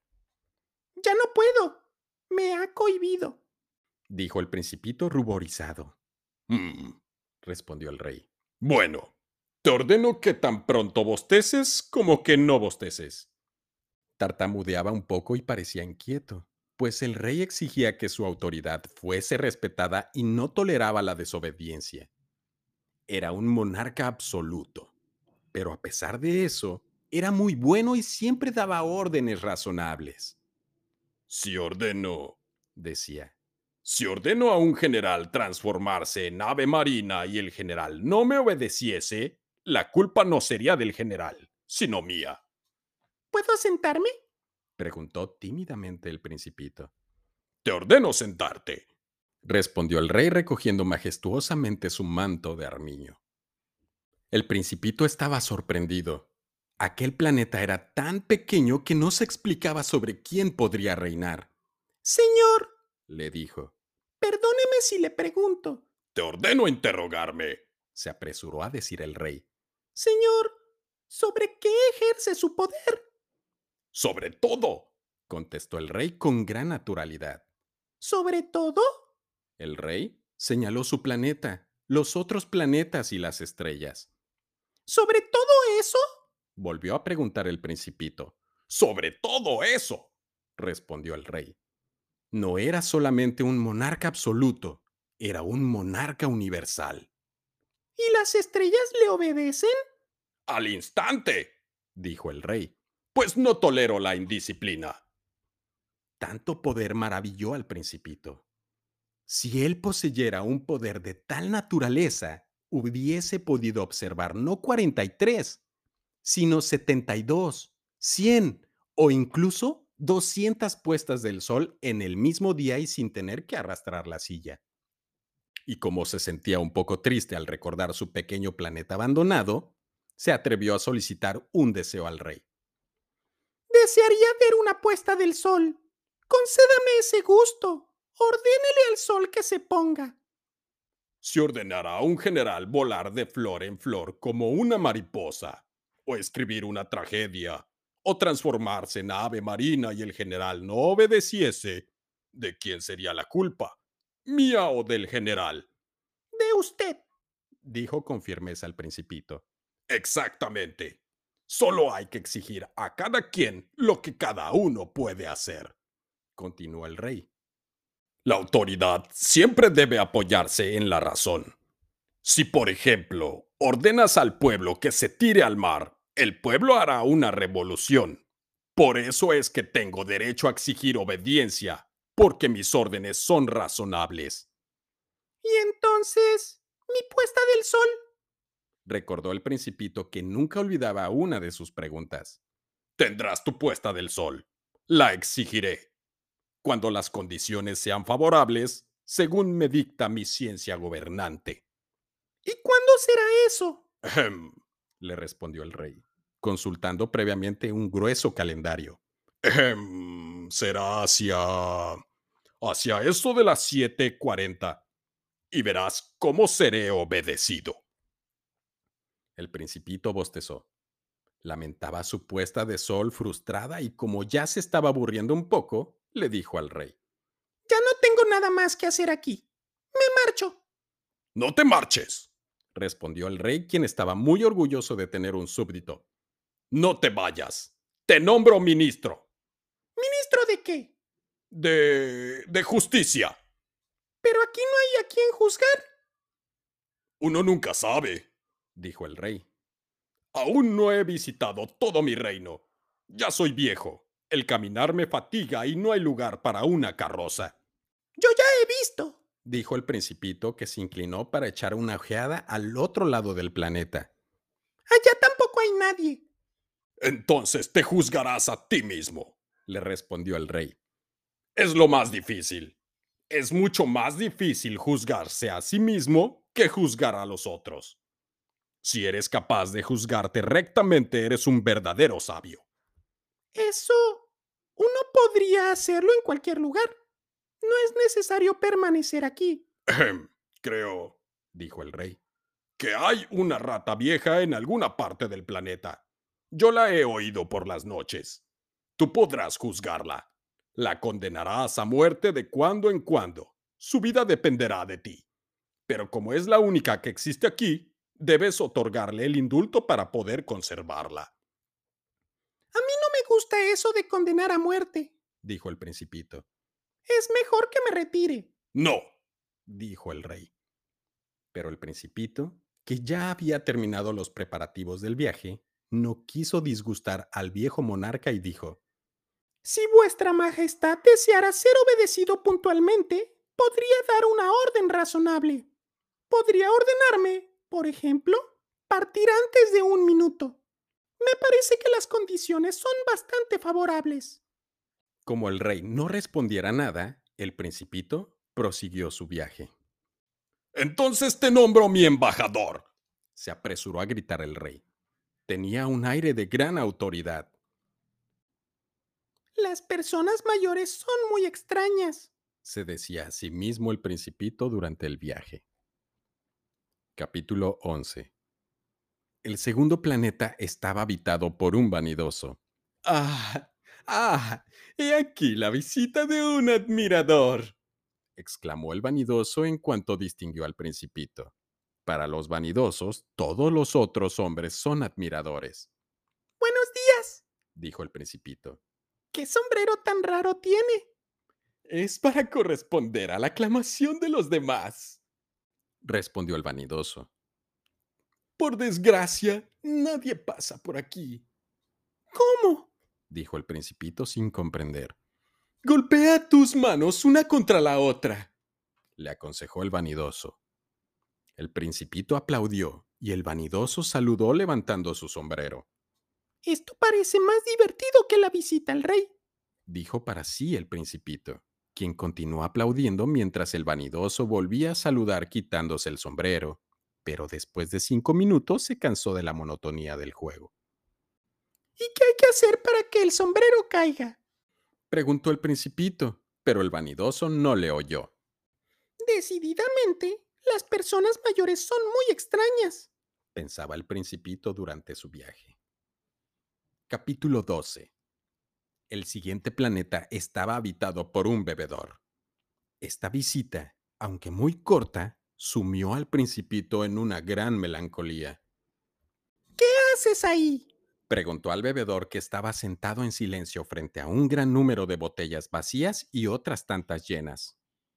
Ya no puedo. Me ha cohibido. dijo el principito ruborizado. "Mm", respondió el rey. Bueno, te ordeno que tan pronto bosteces como que no bosteces. Tartamudeaba un poco y parecía inquieto, pues el rey exigía que su autoridad fuese respetada y no toleraba la desobediencia. Era un monarca absoluto, pero a pesar de eso, era muy bueno y siempre daba órdenes razonables. Si ordeno, Decía, si ordeno a un general transformarse en ave marina y el general no me obedeciese, la culpa no sería del general, sino mía. ¿Puedo sentarme? preguntó tímidamente el principito. Te ordeno sentarte. Respondió el rey recogiendo majestuosamente su manto de armiño. El principito estaba sorprendido. Aquel planeta era tan pequeño que no se explicaba sobre quién podría reinar. Señor, Le dijo. perdóneme si le pregunto. Te ordeno interrogarme. Se apresuró a decir el rey. Señor, ¿sobre qué ejerce su poder? Sobre todo, Contestó el rey con gran naturalidad. ¿Sobre todo? El rey señaló su planeta, los otros planetas y las estrellas. ¿Sobre todo eso? Volvió a preguntar el principito. sobre todo eso. Respondió el rey. No era solamente un monarca absoluto, era un monarca universal. ¿Y las estrellas le obedecen? Al instante, Dijo el rey. pues no tolero la indisciplina. Tanto poder maravilló al principito. Si él poseyera un poder de tal naturaleza, hubiese podido observar no 43, sino 72, 100 o incluso 200 puestas del sol en el mismo día y sin tener que arrastrar la silla. Y como se sentía un poco triste al recordar su pequeño planeta abandonado, se atrevió a solicitar un deseo al rey. Desearía ver una puesta del sol. Concédame ese gusto. Ordénele al sol que se ponga. Si ordenara a un general volar de flor en flor como una mariposa, o escribir una tragedia, o transformarse en ave marina y el general no obedeciese, ¿de quién sería la culpa? ¿Mía o del general? De usted. Dijo con firmeza el principito. Exactamente. Solo hay que exigir a cada quien lo que cada uno puede hacer. Continuó el rey. La autoridad siempre debe apoyarse en la razón. Si, por ejemplo, ordenas al pueblo que se tire al mar, el pueblo hará una revolución. Por eso es que tengo derecho a exigir obediencia, porque mis órdenes son razonables. Y entonces, mi puesta del sol. Recordó el principito que nunca olvidaba una de sus preguntas. Tendrás tu puesta del sol. La exigiré. Cuando las condiciones sean favorables, según me dicta mi ciencia gobernante. ¿Y cuándo será eso? Ejem, Le respondió el rey, consultando previamente un grueso calendario. será hacia eso de las 7:40 y verás cómo seré obedecido. El principito bostezó. Lamentaba su puesta de sol frustrada y como ya se estaba aburriendo un poco, le dijo al rey. Ya no tengo nada más que hacer aquí. Me marcho. No te marches, Respondió el rey, quien estaba muy orgulloso de tener un súbdito. no te vayas. Te nombro ministro ¿Ministro de qué? de justicia. Pero aquí no hay a quien juzgar. Uno nunca sabe, Dijo el rey. aún no he visitado todo mi reino. Ya soy viejo. El caminar me fatiga y no hay lugar para una carroza. Yo ya he visto. Dijo el principito, que se inclinó para echar una ojeada al otro lado del planeta. Allá tampoco hay nadie. Entonces te juzgarás a ti mismo. Le respondió el rey. Es lo más difícil. Es mucho más difícil juzgarse a sí mismo que juzgar a los otros. Si eres capaz de juzgarte rectamente, eres un verdadero sabio. Eso uno podría hacerlo en cualquier lugar. No es necesario permanecer aquí. Creo, dijo el rey, que hay una rata vieja en alguna parte del planeta. Yo la he oído por las noches. Tú podrás juzgarla. La condenarás a muerte de cuando en cuando. Su vida dependerá de ti. Pero como es la única que existe aquí, debes otorgarle el indulto para poder conservarla, A mí no me gusta eso de condenar a muerte. dijo el principito. Es mejor que me retire. No, Dijo el rey. Pero el principito, que ya había terminado los preparativos del viaje, no quiso disgustar al viejo monarca y dijo: Si vuestra majestad deseara ser obedecido puntualmente, podría dar una orden razonable. Podría ordenarme, por ejemplo, partir antes de 1 minuto. Me parece que las condiciones son bastante favorables. Como el rey no respondiera nada, el principito prosiguió su viaje. entonces te nombro mi embajador. Se apresuró a gritar el rey. Tenía un aire de gran autoridad. Las personas mayores son muy extrañas. Se decía a sí mismo el principito durante el viaje. Capítulo 11. El segundo planeta estaba habitado por un vanidoso. ¡Ah! ¡Ah! ¡He aquí la visita de un admirador!, exclamó el vanidoso en cuanto distinguió al principito. Para los vanidosos, todos los otros hombres son admiradores, Buenos días. dijo el principito. ¿Qué sombrero tan raro tiene? Es para corresponder a la aclamación de los demás, respondió el vanidoso. Por desgracia, nadie pasa por aquí, ¿Cómo? dijo el principito sin comprender. Golpea tus manos una contra la otra, le aconsejó el vanidoso. El principito aplaudió y el vanidoso saludó levantando su sombrero. Esto parece más divertido que la visita al rey. Dijo para sí el principito, quien continuó aplaudiendo mientras el vanidoso volvía a saludar quitándose el sombrero, pero después de 5 minutos se cansó de la monotonía del juego. ¿Y qué hay que hacer para que el sombrero caiga? Preguntó el principito, pero el vanidoso no le oyó. Decididamente, las personas mayores son muy extrañas. Pensaba el principito durante su viaje. Capítulo 12. El siguiente planeta estaba habitado por un bebedor. Esta visita, aunque muy corta, sumió al principito en una gran melancolía. ¿Qué haces ahí? Preguntó al bebedor que estaba sentado en silencio frente a un gran número de botellas vacías y otras tantas llenas.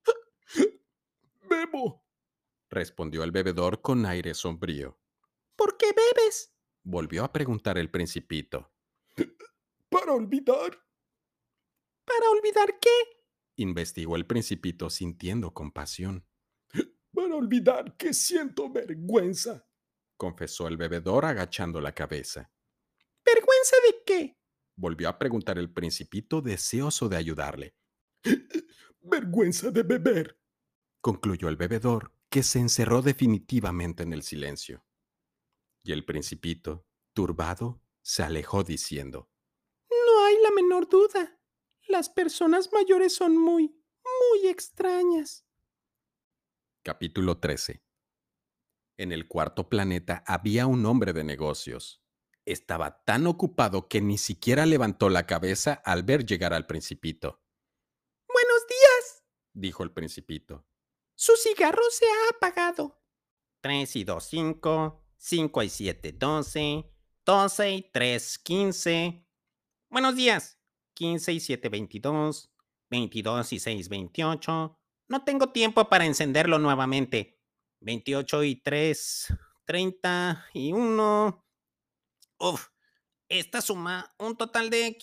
Bebo. Respondió el bebedor con aire sombrío. ¿Por qué bebes? Volvió a preguntar el principito. Para olvidar. ¿Para olvidar qué? Investigó el principito sintiendo compasión. Para olvidar que siento vergüenza. Confesó el bebedor agachando la cabeza. ¿Vergüenza de qué? Volvió a preguntar el principito deseoso de ayudarle. Vergüenza de beber. Concluyó el bebedor, que se encerró definitivamente en el silencio. Y el principito, turbado, se alejó diciendo: No hay la menor duda. Las personas mayores son muy extrañas. Capítulo 13. En el cuarto planeta había un hombre de negocios. Estaba tan ocupado que ni siquiera levantó la cabeza al ver llegar al principito. Buenos días. Dijo el principito. Su cigarro se ha apagado. 3 y 2, 5. 5 y 7, 12. 12 y 3, 15. Buenos días. 15 y 7, 22. 22 y 6, 28. No tengo tiempo para encenderlo nuevamente. 28 y 3, 31. Uf, esta suma un total de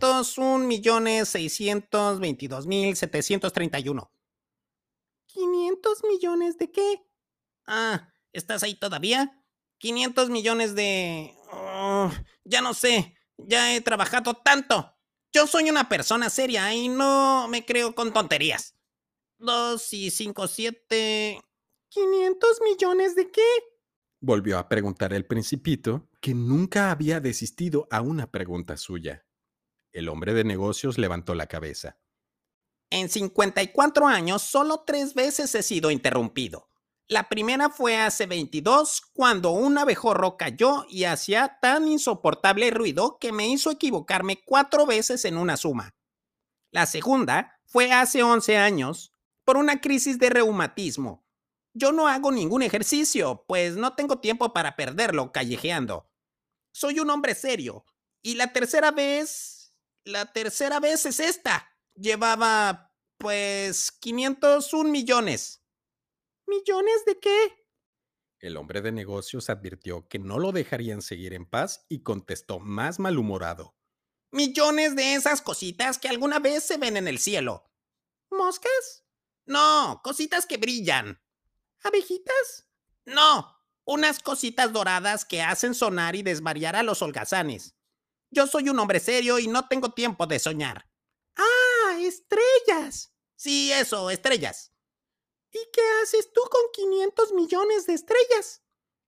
501.622.731. ¿500 millones de qué? Ah, ¿estás ahí todavía? 500 millones de... ya no sé, ya he trabajado tanto. Yo soy una persona seria y no me creo con tonterías. 2 y 5, 7... ¿500 millones de qué? Volvió a preguntar el Principito, que nunca había desistido a una pregunta suya. El hombre de negocios levantó la cabeza. En 54 años, solo 3 veces he sido interrumpido. La primera fue hace 22, cuando un abejorro cayó y hacía tan insoportable ruido que me hizo equivocarme 4 veces en una suma. La segunda fue hace 11 años, por una crisis de reumatismo. Yo no hago ningún ejercicio, pues no tengo tiempo para perderlo callejeando. Soy un hombre serio. Y la tercera vez es esta. Llevaba, pues, 501 millones. ¿Millones de qué? El hombre de negocios advirtió que no lo dejarían seguir en paz y contestó más malhumorado. Millones de esas cositas que alguna vez se ven en el cielo. ¿Moscas? No, cositas que brillan. ¿Abejitas? No, unas cositas doradas que hacen sonar y desvariar a los holgazanes. Yo soy un hombre serio y no tengo tiempo de soñar. ¡Ah, estrellas! Sí, eso, estrellas. ¿Y qué haces tú con 500 millones de estrellas?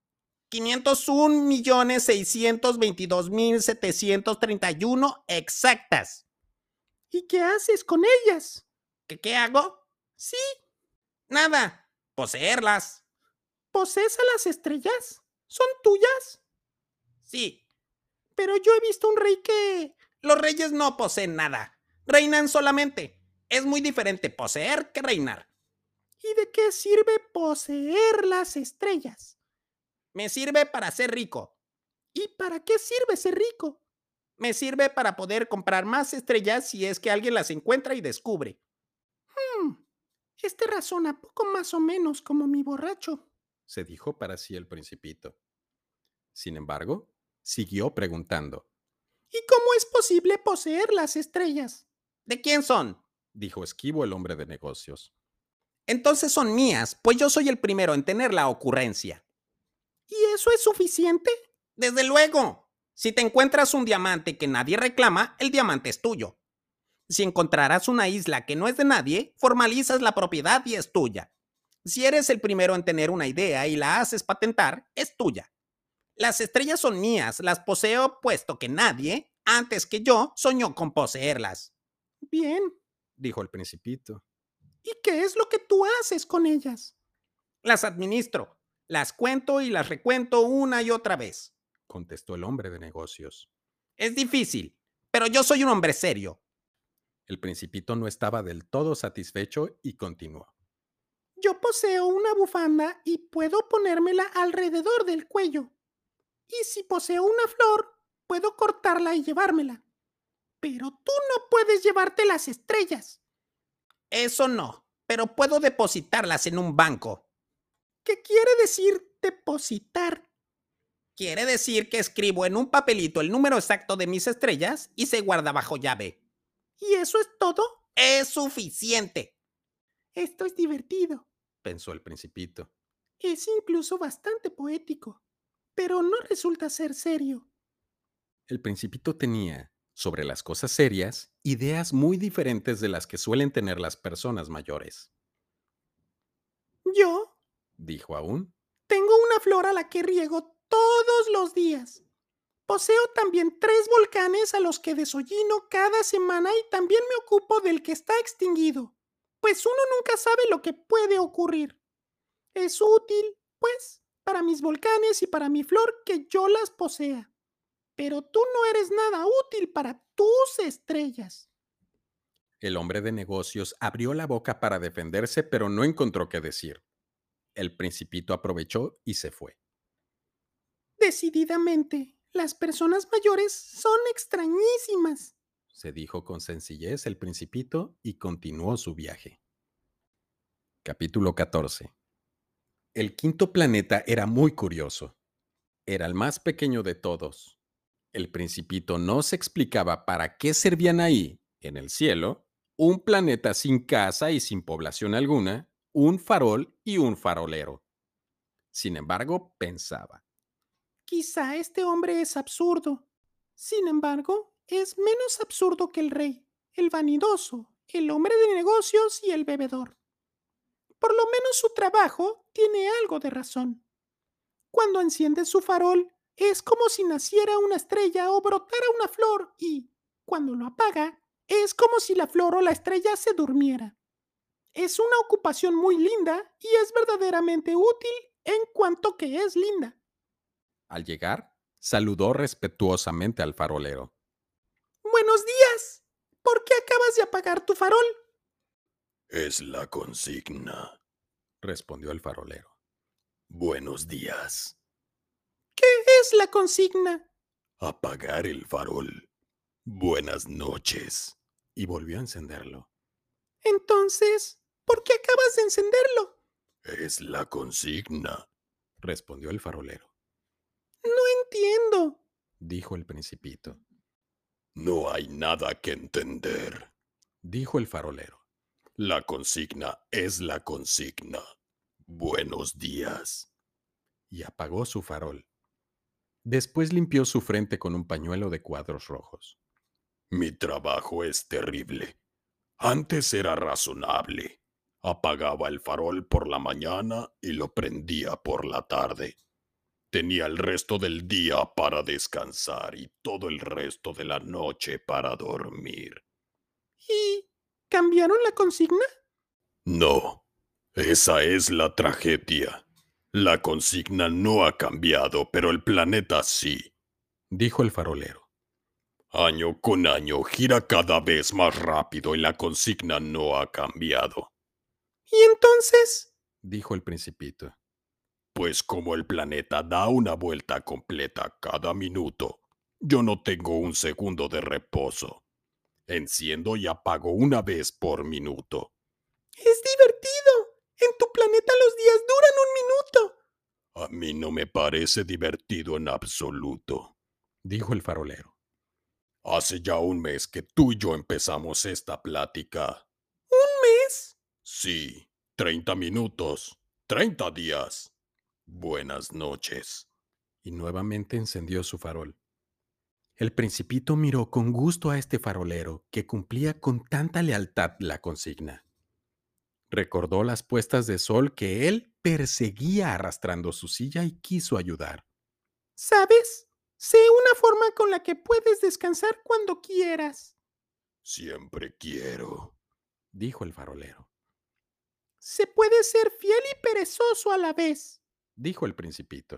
501.622.731 exactas. ¿Y qué haces con ellas? ¿Qué hago? Sí, Nada, poseerlas. ¿posees a las estrellas? ¿Son tuyas? Sí, Pero yo he visto un rey que... los reyes no poseen nada, reinan solamente. Es muy diferente poseer que reinar. ¿Y de qué sirve poseer las estrellas? Me sirve para ser rico. ¿Y para qué sirve ser rico? Me sirve para poder comprar más estrellas si es que alguien las encuentra y descubre. Hmm, este razona poco más o menos como mi borracho. Se dijo para sí el Principito. Sin embargo, siguió preguntando. ¿Y cómo es posible poseer las estrellas? ¿De quién son? Dijo esquivo el hombre de negocios. Entonces son mías, pues yo soy el primero en tener la ocurrencia. ¿Y eso es suficiente? Desde luego, si te encuentras un diamante que nadie reclama, el diamante es tuyo. Si encontrarás una isla que no es de nadie, formalizas la propiedad y es tuya. Si eres el primero en tener una idea y la haces patentar, es tuya. Las estrellas son mías, las poseo puesto que nadie, antes que yo, soñó con poseerlas. Bien. Dijo el Principito. ¿Y qué es lo que tú haces con ellas? Las administro, las cuento y las recuento una y otra vez. Contestó el hombre de negocios. Es difícil, pero yo soy un hombre serio. El Principito no estaba del todo satisfecho y continuó. Yo poseo una bufanda y puedo ponérmela alrededor del cuello. Y si poseo una flor, puedo cortarla y llevármela. Pero tú no puedes llevarte las estrellas. Eso no, pero puedo depositarlas en un banco. ¿Qué quiere decir depositar? Quiere decir que escribo en un papelito el número exacto de mis estrellas y se guarda bajo llave. ¿Y eso es todo? Es suficiente, Esto es divertido. Pensó el Principito. Es incluso bastante poético. Pero no resulta ser serio. El Principito tenía, sobre las cosas serias, ideas muy diferentes de las que suelen tener las personas mayores. Yo Dijo aún. tengo una flor a la que riego todos los días. Poseo también 3 volcanes a los que desollino cada semana y también me ocupo del que está extinguido, pues uno nunca sabe lo que puede ocurrir. Es útil, pues, para mis volcanes y para mi flor que yo las posea. Pero tú no eres nada útil para tus estrellas. El hombre de negocios abrió la boca para defenderse, pero no encontró qué decir. El Principito aprovechó y se fue. Decididamente, las personas mayores son extrañísimas. Se dijo con sencillez el Principito y continuó su viaje. Capítulo 14. El quinto planeta era muy curioso. Era el más pequeño de todos. El Principito no se explicaba para qué servían ahí, en el cielo, un planeta sin casa y sin población alguna, un farol y un farolero. Sin embargo, pensaba. Quizá este hombre es absurdo. Sin embargo, es menos absurdo que el rey, el vanidoso, el hombre de negocios y el bebedor. Por lo menos su trabajo tiene algo de razón. Cuando enciende su farol, es como si naciera una estrella o brotara una flor y, cuando lo apaga, es como si la flor o la estrella se durmiera. Es una ocupación muy linda y es verdaderamente útil en cuanto que es linda. Al llegar, saludó respetuosamente al farolero. Buenos días. ¿Por qué acabas de apagar tu farol? Es la consigna. Respondió el farolero. Buenos días. ¿Qué es la consigna? Apagar el farol. Buenas noches. Y volvió a encenderlo. Entonces, ¿por qué acabas de encenderlo? Es la consigna. Respondió el farolero. No entiendo. Dijo el principito. No hay nada que entender. Dijo el farolero. La consigna es la consigna. Buenos días. Y apagó su farol. Después limpió su frente con un pañuelo de cuadros rojos. Mi trabajo es terrible. Antes era razonable. Apagaba el farol por la mañana y lo prendía por la tarde. Tenía el resto del día para descansar y todo el resto de la noche para dormir. ¿Y cambiaron la consigna? No, esa es la tragedia. La consigna no ha cambiado, pero el planeta sí. Dijo el farolero. Año con año gira cada vez más rápido y la consigna no ha cambiado. ¿Y entonces? Dijo el principito. Pues como el planeta da una vuelta completa cada minuto, yo no tengo un segundo de reposo. Enciendo y apago una vez por minuto. Es divertido. En tu planeta los días duran un minuto. A mí no me parece divertido en absoluto. Dijo el farolero. Hace ya un mes que tú y yo empezamos esta plática. ¿Un mes? Sí, 30 minutos, 30 días. Buenas noches. Y nuevamente encendió su farol. El principito miró con gusto a este farolero que cumplía con tanta lealtad la consigna. Recordó las puestas de sol que él perseguía arrastrando su silla y quiso ayudar. ¿Sabes? Sé una forma con la que puedes descansar cuando quieras. Siempre quiero. Dijo el farolero. Se puede ser fiel y perezoso a la vez. Dijo el principito.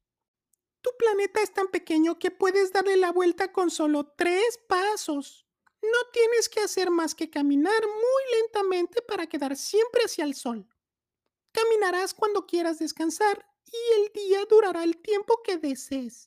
Tu planeta es tan pequeño que puedes darle la vuelta con solo 3 pasos. No tienes que hacer más que caminar muy lentamente para quedar siempre hacia el sol. Caminarás cuando quieras descansar y el día durará el tiempo que desees.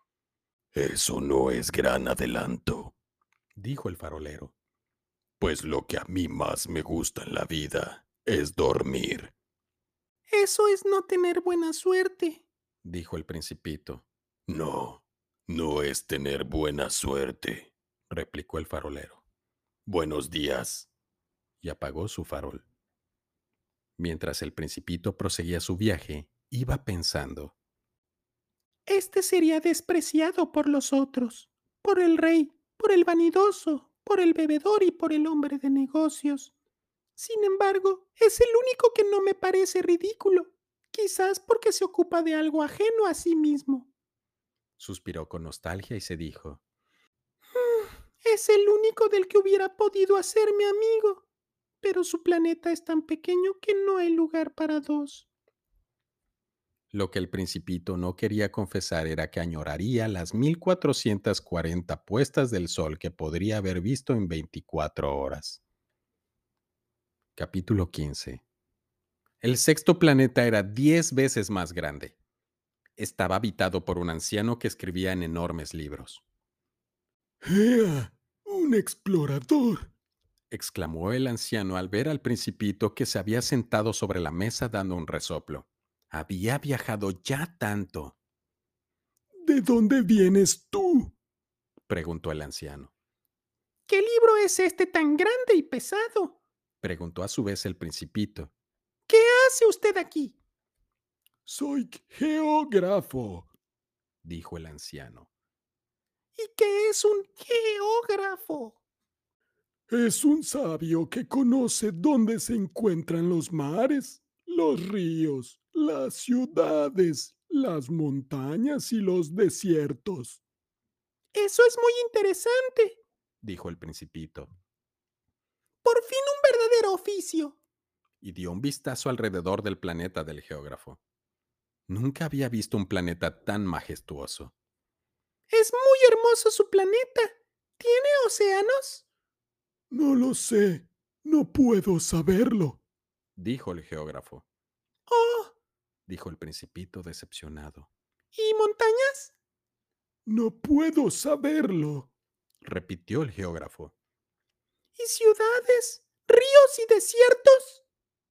Eso no es gran adelanto. Dijo el farolero. Pues lo que a mí más me gusta en la vida es dormir. Eso es no tener buena suerte. Dijo el principito. No, no es tener buena suerte. Replicó el farolero. Buenos días. Y apagó su farol. Mientras el principito proseguía su viaje, iba pensando. Este sería despreciado por los otros, por el rey, por el vanidoso, por el bebedor y por el hombre de negocios. Sin embargo, es el único que no me parece ridículo, quizás porque se ocupa de algo ajeno a sí mismo. Suspiró con nostalgia y se dijo. Es el único del que hubiera podido hacerme amigo, pero su planeta es tan pequeño que no hay lugar para 2. Lo que el principito no quería confesar era que añoraría las 1440 puestas del sol que podría haber visto en 24 horas. Capítulo 15. El sexto planeta era 10 veces más grande. Estaba habitado por un anciano que escribía en enormes libros. ¡Ea! ¡Un explorador! Exclamó el anciano al ver al principito que se había sentado sobre la mesa dando un resoplo. Había viajado ya tanto, ¿De dónde vienes tú? preguntó el anciano. ¿Qué libro es este tan grande y pesado? Preguntó a su vez el principito. ¿Qué hace usted aquí? Soy geógrafo. Dijo el anciano. ¿Y qué es un geógrafo? Es un sabio que conoce dónde se encuentran los mares, los ríos, las ciudades, las montañas y los desiertos. Eso es muy interesante. dijo el Principito, Por fin un verdadero oficio. y dio un vistazo alrededor del planeta del geógrafo. Nunca había visto un planeta tan majestuoso. Es muy hermoso su planeta. ¿Tiene océanos? No lo sé, no puedo saberlo. Dijo el geógrafo, Oh, dijo el Principito decepcionado. ¿y montañas? No puedo saberlo. Repitió el geógrafo. ¿Y ciudades? ¿Ríos y desiertos?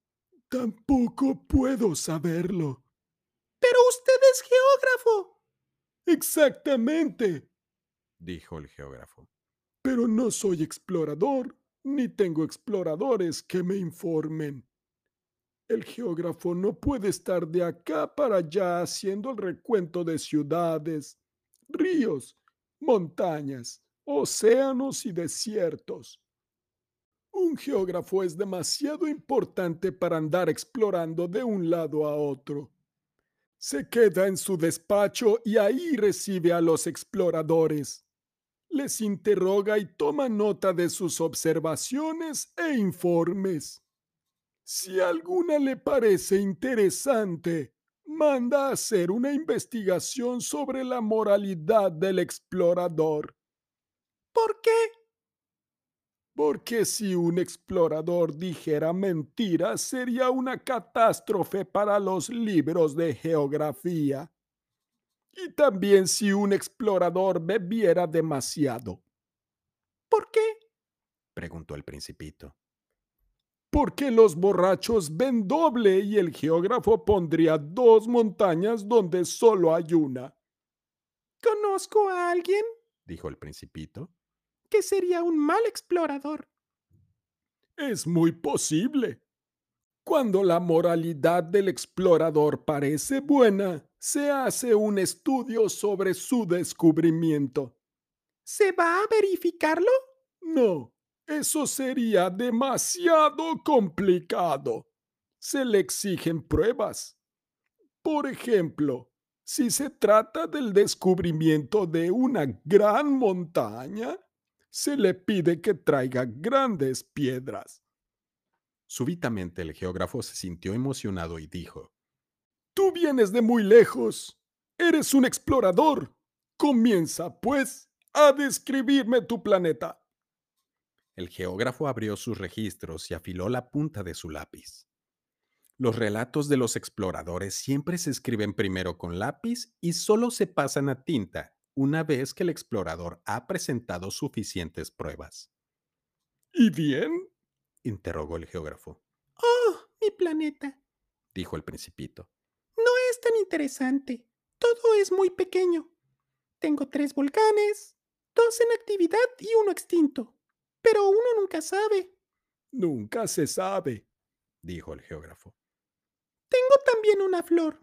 Tampoco puedo saberlo. Pero usted es geógrafo. Exactamente. Dijo el geógrafo. Pero no soy explorador, ni tengo exploradores que me informen. El geógrafo no puede estar de acá para allá haciendo el recuento de ciudades, ríos, montañas, océanos y desiertos. Un geógrafo es demasiado importante para andar explorando de un lado a otro. Se queda en su despacho y ahí recibe a los exploradores. Les interroga y toma nota de sus observaciones e informes. Si alguna le parece interesante, manda a hacer una investigación sobre la moralidad del explorador. ¿Por qué? Porque si un explorador dijera mentiras, sería una catástrofe para los libros de geografía. Y también si un explorador bebiera demasiado. ¿Por qué? Preguntó el Principito. Porque los borrachos ven doble y el geógrafo pondría 2 montañas donde solo hay una. Conozco a alguien Dijo el Principito. que sería un mal explorador. Es muy posible. Cuando la moralidad del explorador parece buena, se hace un estudio sobre su descubrimiento. ¿Se va a verificarlo? No, eso sería demasiado complicado. Se le exigen pruebas. Por ejemplo, si se trata del descubrimiento de una gran montaña, se le pide que traiga grandes piedras. Súbitamente el geógrafo se sintió emocionado y dijo: Tú vienes de muy lejos. Eres un explorador. Comienza, pues, a describirme tu planeta. El geógrafo abrió sus registros y afiló la punta de su lápiz. Los relatos de los exploradores siempre se escriben primero con lápiz y solo se pasan a tinta una vez que el explorador ha presentado suficientes pruebas. ¿Y bien? Interrogó el geógrafo. Oh, mi planeta. Dijo el Principito. No es tan interesante. Todo es muy pequeño. Tengo 3 volcanes, 2 en actividad y uno extinto. Pero uno nunca sabe. Nunca se sabe. Dijo el geógrafo. Tengo también una flor.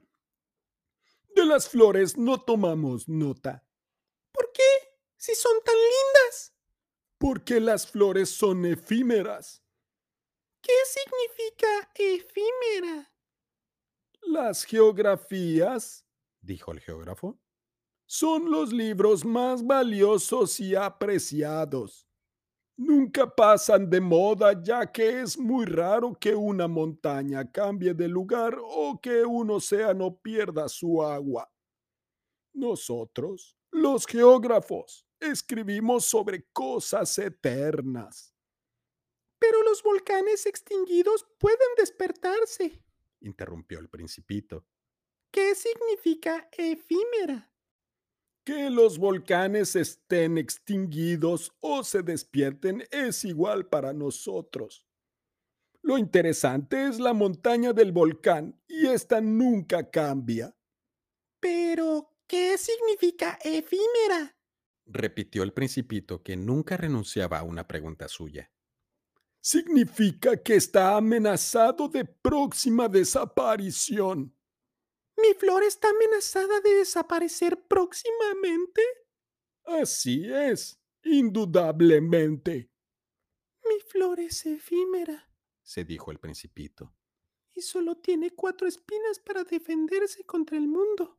De las flores no tomamos nota, ¿Por qué? Si son tan lindas. porque las flores son efímeras. ¿Qué significa efímera? Las geografías Dijo el geógrafo. son los libros más valiosos y apreciados. Nunca pasan de moda ya que es muy raro que una montaña cambie de lugar o que un océano pierda su agua. Nosotros, los geógrafos, escribimos sobre cosas eternas. Pero los volcanes extinguidos pueden despertarse. Interrumpió el Principito. ¿Qué significa efímera? Que los volcanes estén extinguidos o se despierten es igual para nosotros. Lo interesante es la montaña del volcán y esta nunca cambia. Pero, ¿qué significa efímera? Repitió el Principito, que nunca renunciaba a una pregunta suya. Significa que está amenazado de próxima desaparición. ¿Mi flor está amenazada de desaparecer próximamente? Así es, indudablemente. Mi flor es efímera Se dijo el Principito. y solo tiene 4 espinas para defenderse contra el mundo.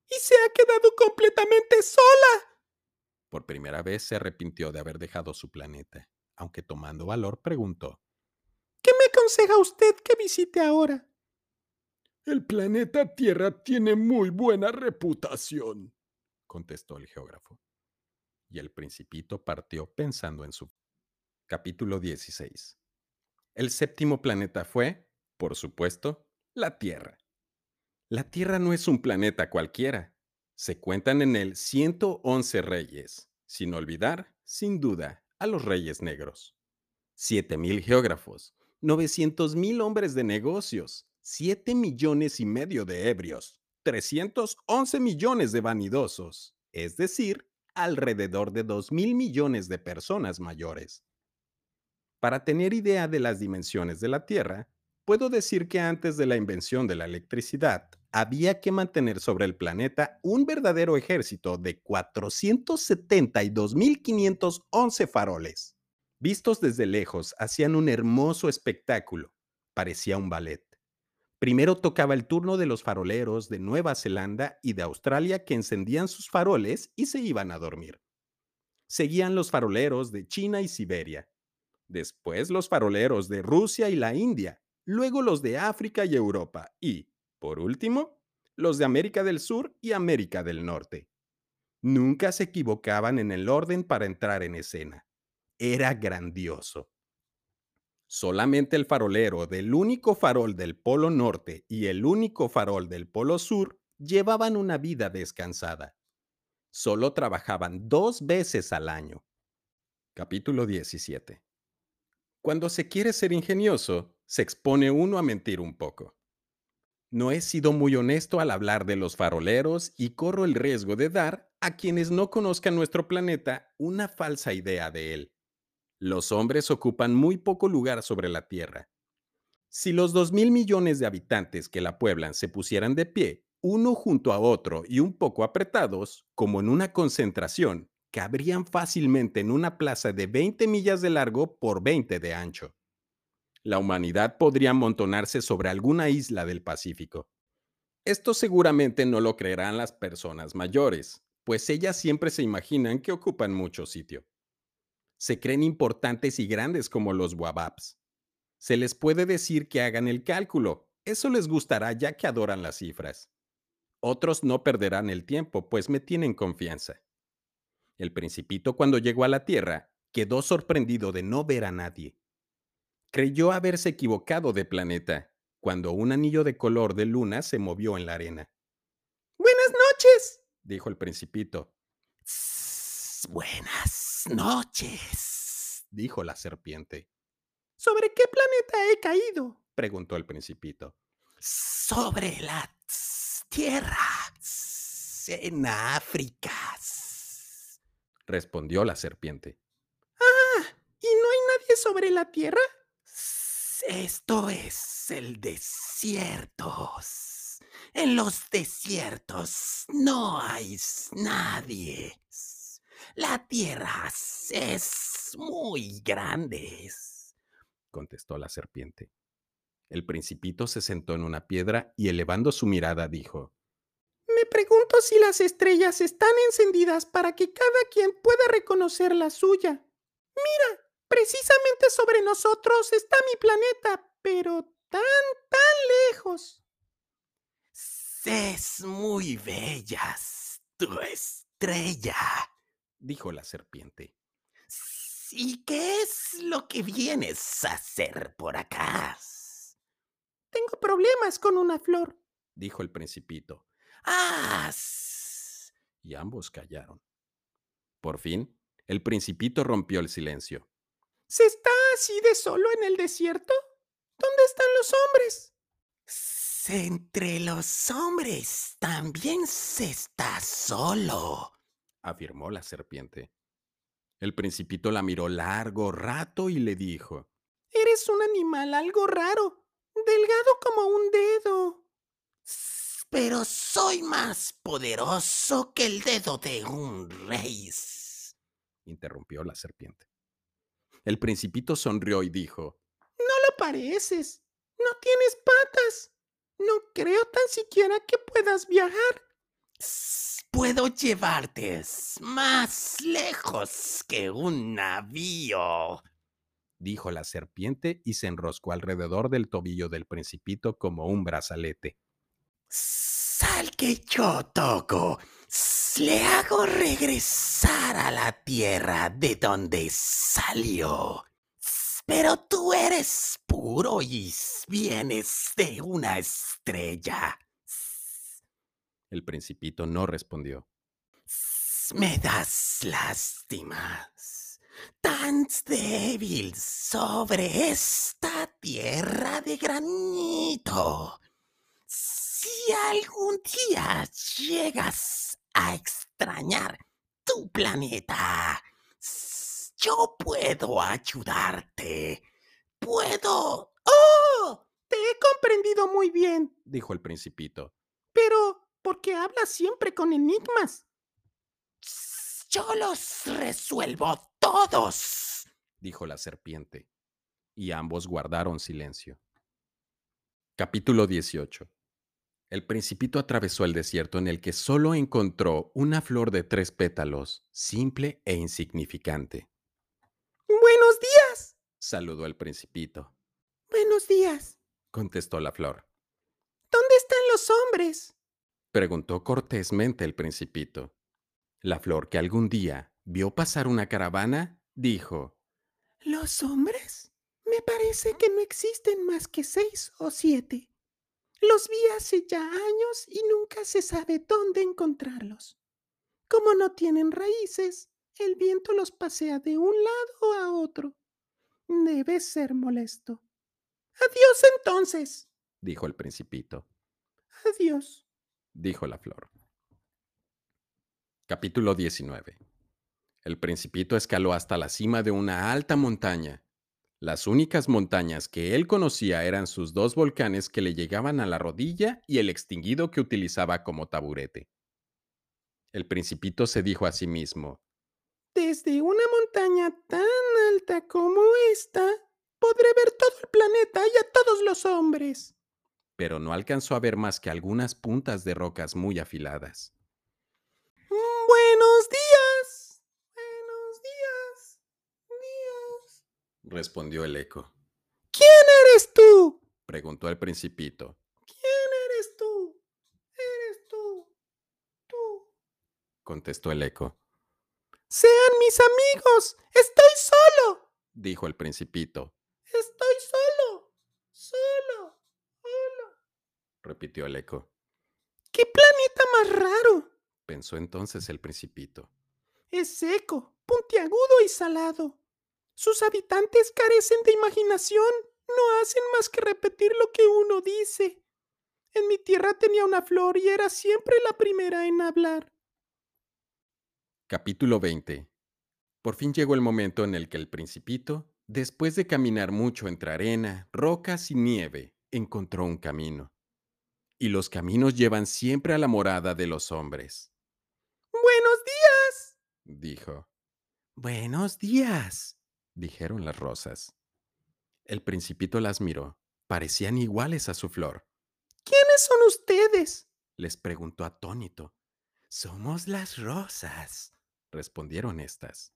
y se ha quedado completamente sola. Por primera vez se arrepintió de haber dejado su planeta, aunque tomando valor preguntó: ¿Qué me aconseja usted que visite ahora? El planeta Tierra tiene muy buena reputación, contestó el geógrafo. Y el principito partió pensando en su... Capítulo 16. El séptimo planeta fue, por supuesto, la Tierra. La Tierra no es un planeta cualquiera. Se cuentan en él 111 reyes, sin olvidar, sin duda, a los reyes negros. 7,000 geógrafos, 900,000 hombres de negocios, 7,5 millones de ebrios, 311 millones de vanidosos, es decir, alrededor de 2,000 millones de personas mayores. Para tener idea de las dimensiones de la Tierra, puedo decir que antes de la invención de la electricidad, había que mantener sobre el planeta un verdadero ejército de 472,511 faroles. Vistos desde lejos, hacían un hermoso espectáculo. Parecía un ballet. Primero tocaba el turno de los faroleros de Nueva Zelanda y de Australia, que encendían sus faroles y se iban a dormir. Seguían los faroleros de China y Siberia. Después los faroleros de Rusia y la India. Luego los de África y Europa. Y, por último, los de América del Sur y América del Norte. Nunca se equivocaban en el orden para entrar en escena. Era grandioso. Solamente el farolero del único farol del Polo Norte y el único farol del Polo Sur llevaban una vida descansada. Solo trabajaban 2 veces al año. Capítulo 17. Cuando se quiere ser ingenioso, se expone uno a mentir un poco. No he sido muy honesto al hablar de los faroleros y corro el riesgo de dar, a quienes no conozcan nuestro planeta, una falsa idea de él. Los hombres ocupan muy poco lugar sobre la Tierra. Si los 2,000 millones de habitantes que la pueblan se pusieran de pie, uno junto a otro y un poco apretados, como en una concentración, cabrían fácilmente en una plaza de 20 millas de largo por 20 de ancho. La humanidad podría amontonarse sobre alguna isla del Pacífico. Esto seguramente no lo creerán las personas mayores, pues ellas siempre se imaginan que ocupan mucho sitio. Se creen importantes y grandes como los Wababs. Se les puede decir que hagan el cálculo. Eso les gustará ya que adoran las cifras. Otros no perderán el tiempo, pues me tienen confianza. El principito, cuando llegó a la Tierra, quedó sorprendido de no ver a nadie. Creyó haberse equivocado de planeta, cuando un anillo de color de luna se movió en la arena. Buenas noches, dijo el principito. Buenas noches, dijo la serpiente. ¿Sobre qué planeta he caído? Preguntó el principito. Sobre la Tierra, en África, respondió la serpiente. Ah, ¿y no hay nadie sobre la Tierra? Esto es el desierto. En los desiertos no hay nadie. La Tierra es muy grande, contestó la serpiente. El principito se sentó en una piedra y elevando su mirada dijo: Me pregunto si las estrellas están encendidas para que cada quien pueda reconocer la suya. Mira, precisamente sobre nosotros está mi planeta, pero tan lejos. Es muy bella tu estrella, dijo la serpiente. ¿Y qué es lo que vienes a hacer por acá? Tengo problemas con una flor, dijo el principito. ¡Ah! Y ambos callaron. Por fin, el principito rompió el silencio. ¿Se está así de solo en el desierto? ¿Dónde están los hombres? Entre los hombres también se está solo, afirmó la serpiente. El principito la miró largo rato y le dijo: Eres un animal algo raro, delgado como un dedo. Pero soy más poderoso que el dedo de un rey, interrumpió la serpiente. El principito sonrió y dijo: No lo pareces. No tienes patas. No creo tan siquiera que puedas viajar. Puedo llevarte más lejos que un navío, dijo la serpiente y se enroscó alrededor del tobillo del Principito como un brazalete. Al que yo toco, le hago regresar a la tierra de donde salió. Pero tú eres puro y vienes de una estrella. El Principito no respondió. Me das lástima. Tan débil sobre esta tierra de granito. Si algún día llegas a extrañar tu planeta, yo puedo ayudarte. Puedo. ¡Oh! Te he comprendido muy bien, Dijo el Principito. pero ¿por qué hablas siempre con enigmas? Yo los resuelvo todos, dijo la serpiente. Y ambos guardaron silencio. Capítulo 18. El Principito atravesó el desierto en el que solo encontró una flor de 3 pétalos, simple e insignificante. ¡Buenos días! Saludó el Principito. ¡Buenos días! Contestó la flor. ¿Dónde están los hombres? Preguntó cortésmente el Principito. La flor, que algún día vio pasar una caravana, dijo: ¿Los hombres? Me parece que no existen más que 6 o 7. Los vi hace ya años y nunca se sabe dónde encontrarlos. Como no tienen raíces, el viento los pasea de un lado a otro. Debe ser molesto. Adiós entonces. dijo el Principito. Adiós. Dijo la flor. Capítulo 19. El Principito escaló hasta la cima de una alta montaña. Las únicas montañas que él conocía eran sus 2 volcanes que le llegaban a la rodilla y el extinguido que utilizaba como taburete. El Principito se dijo a sí mismo: Desde una montaña tan alta como esta, podré ver todo el planeta y a todos los hombres. pero no alcanzó a ver más que algunas puntas de rocas muy afiladas. Buenos días. Buenos días. Respondió el eco. ¿Quién eres tú? Preguntó el Principito. ¿Quién eres tú? Eres tú. Tú. Contestó el eco. Sean mis amigos. Estoy solo. Dijo el Principito. Estoy solo. Solo. Repitió el eco. ¡Qué planeta más raro! Pensó entonces el Principito. Es seco, puntiagudo y salado. Sus habitantes carecen de imaginación. No hacen más que repetir lo que uno dice. En mi tierra tenía una flor y era siempre la primera en hablar. Capítulo 20. Por fin llegó el momento en el que el Principito, después de caminar mucho entre arena, rocas y nieve, encontró un camino. Y los caminos llevan siempre a la morada de los hombres, ¡Buenos días! dijo. Buenos días, dijeron las rosas. El Principito las miró. Parecían iguales a su flor. ¿Quiénes son ustedes? Les preguntó atónito. Somos las rosas, respondieron estas.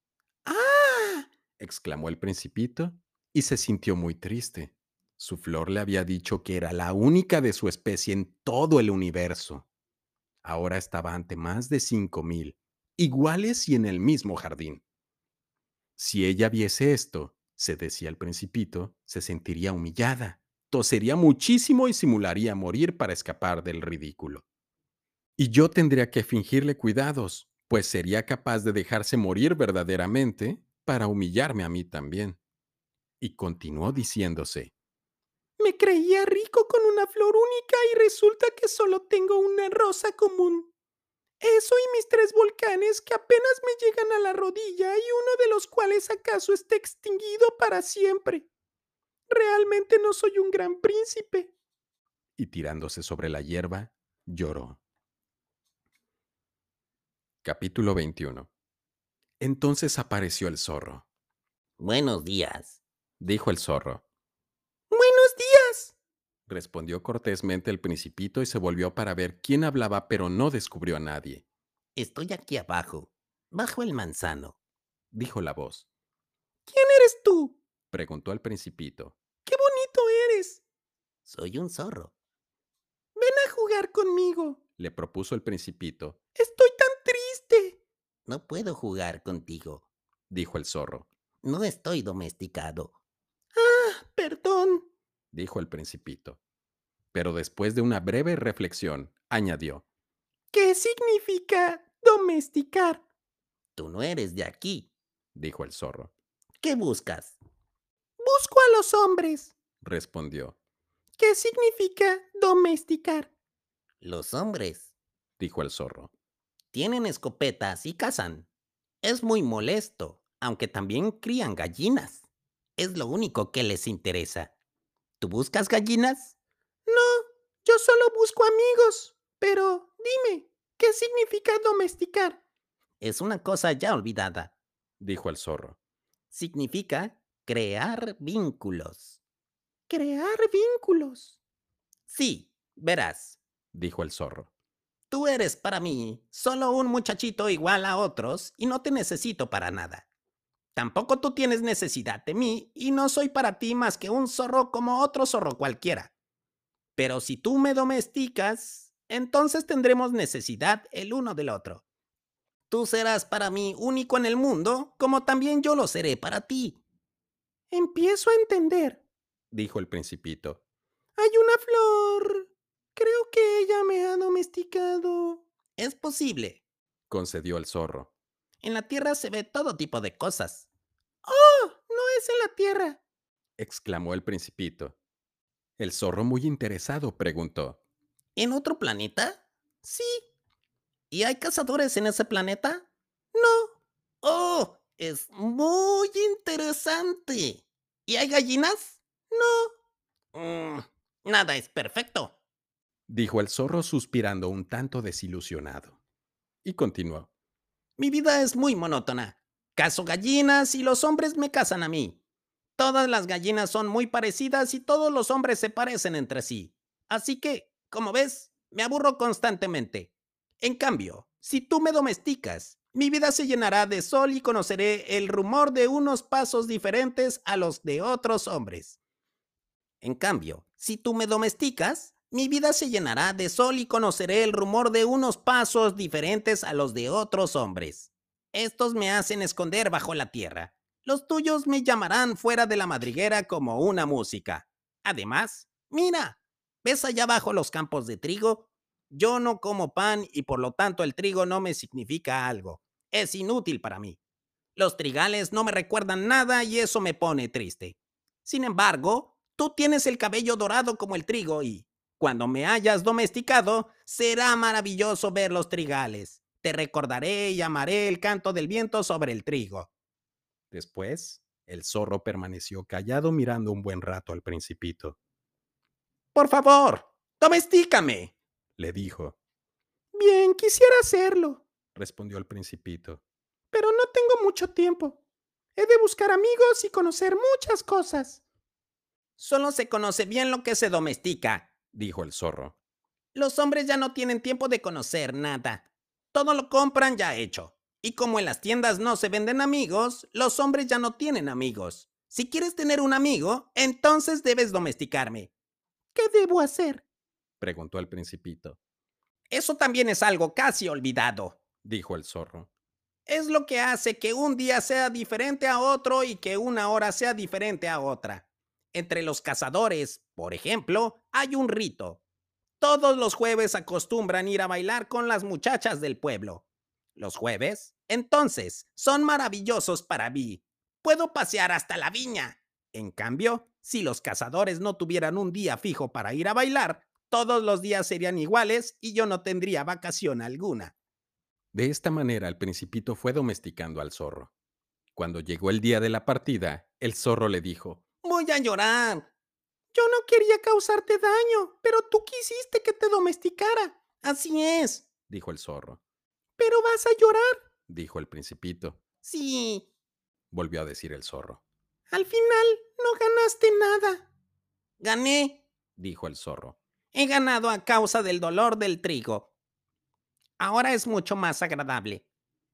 ¡Ah! Exclamó el Principito y se sintió muy triste. Su flor le había dicho que era la única de su especie en todo el universo. Ahora estaba ante más de 5,000, iguales y en el mismo jardín. Si ella viese esto, se decía el Principito, se sentiría humillada, tosería muchísimo y simularía morir para escapar del ridículo. Y yo tendría que fingirle cuidados, pues sería capaz de dejarse morir verdaderamente para humillarme a mí también. Y continuó diciéndose: Me creía rico con una flor única y resulta que solo tengo una rosa común. Eso y mis 3 volcanes que apenas me llegan a la rodilla y uno de los cuales acaso esté extinguido para siempre. Realmente no soy un gran príncipe. y tirándose sobre la hierba, lloró. Capítulo 21. Entonces apareció el zorro. Buenos días. Dijo el zorro. ¡Buenos días! respondió cortésmente el Principito y se volvió para ver quién hablaba, pero no descubrió a nadie. Estoy aquí abajo, bajo el manzano. Dijo la voz. ¿Quién eres tú? Preguntó el Principito. ¡Qué bonito eres! Soy un zorro. Ven a jugar conmigo. Le propuso el Principito. Estoy tan triste. No puedo jugar contigo. Dijo el zorro. No estoy domesticado. Perdón. Dijo el Principito. Pero después de una breve reflexión, añadió. ¿Qué significa domesticar? Tú no eres de aquí. Dijo el zorro. ¿Qué buscas? Busco a los hombres. Respondió. ¿Qué significa domesticar? Los hombres Dijo el zorro. tienen escopetas y cazan. Es muy molesto, aunque también crían gallinas. Es lo único que les interesa. ¿Tú buscas gallinas? No, yo solo busco amigos. Pero dime, ¿qué significa domesticar? Es una cosa ya olvidada. Dijo el zorro. Significa crear vínculos. Crear vínculos. Sí, verás. Dijo el zorro. Tú eres para mí solo un muchachito igual a otros y no te necesito para nada. Tampoco tú tienes necesidad de mí y no soy para ti más que un zorro como otro zorro cualquiera. Pero si tú me domesticas, entonces tendremos necesidad el uno del otro. Tú serás para mí único en el mundo, como también yo lo seré para ti. Empiezo a entender. Dijo el Principito. Hay una flor. Creo que ella me ha domesticado. Es posible. Concedió el zorro. En la tierra se ve todo tipo de cosas. ¡Oh! No es en la tierra. Exclamó el Principito. El zorro, muy interesado, preguntó. ¿En otro planeta? Sí. ¿Y hay cazadores en ese planeta? No. ¡Oh! Es muy interesante. ¿Y hay gallinas? No. Nada es perfecto. Dijo el zorro suspirando un tanto desilusionado. Y continuó. Mi vida es muy monótona. Cazo gallinas y los hombres me cazan a mí. Todas las gallinas son muy parecidas y todos los hombres se parecen entre sí. Así que, como ves, me aburro constantemente. En cambio, si tú me domesticas, mi vida se llenará de sol y conoceré el rumor de unos pasos diferentes a los de otros hombres. En cambio, si tú me domesticas, mi vida se llenará de sol y conoceré el rumor de unos pasos diferentes a los de otros hombres. Estos me hacen esconder bajo la tierra. Los tuyos me llamarán fuera de la madriguera como una música. Además, mira, ¿ves allá abajo los campos de trigo? Yo no como pan y por lo tanto el trigo no me significa algo. Es inútil para mí. Los trigales no me recuerdan nada y eso me pone triste. Sin embargo, tú tienes el cabello dorado como el trigo y, cuando me hayas domesticado, será maravilloso ver los trigales. Te recordaré y amaré el canto del viento sobre el trigo. Después, el zorro permaneció callado mirando un buen rato al Principito. Por favor, domestícame, Le dijo. Bien, quisiera hacerlo. Respondió el Principito. Pero no tengo mucho tiempo. He de buscar amigos y conocer muchas cosas. Solo se conoce bien lo que se domestica. Dijo el zorro. Los hombres ya no tienen tiempo de conocer nada. Todo lo compran ya hecho. Y como en las tiendas no se venden amigos, los hombres ya no tienen amigos. Si quieres tener un amigo, entonces debes domesticarme. ¿Qué debo hacer? Preguntó el Principito. Eso también es algo casi olvidado. Dijo el zorro. Es lo que hace que un día sea diferente a otro y que una hora sea diferente a otra. Entre los cazadores, por ejemplo, hay un rito. Todos los jueves acostumbran ir a bailar con las muchachas del pueblo. Los jueves, entonces, son maravillosos para mí. Puedo pasear hasta la viña. En cambio, si los cazadores no tuvieran un día fijo para ir a bailar, todos los días serían iguales y yo no tendría vacación alguna. De esta manera el Principito fue domesticando al zorro. Cuando llegó el día de la partida, el zorro le dijo. Voy a llorar. Yo no quería causarte daño, pero tú quisiste que te domesticara. Así es. Dijo el zorro. Pero vas a llorar. Dijo el Principito. Sí. Volvió a decir el zorro. Al final no ganaste nada. Gané. dijo el zorro. He ganado a causa del dolor del trigo. Ahora es mucho más agradable.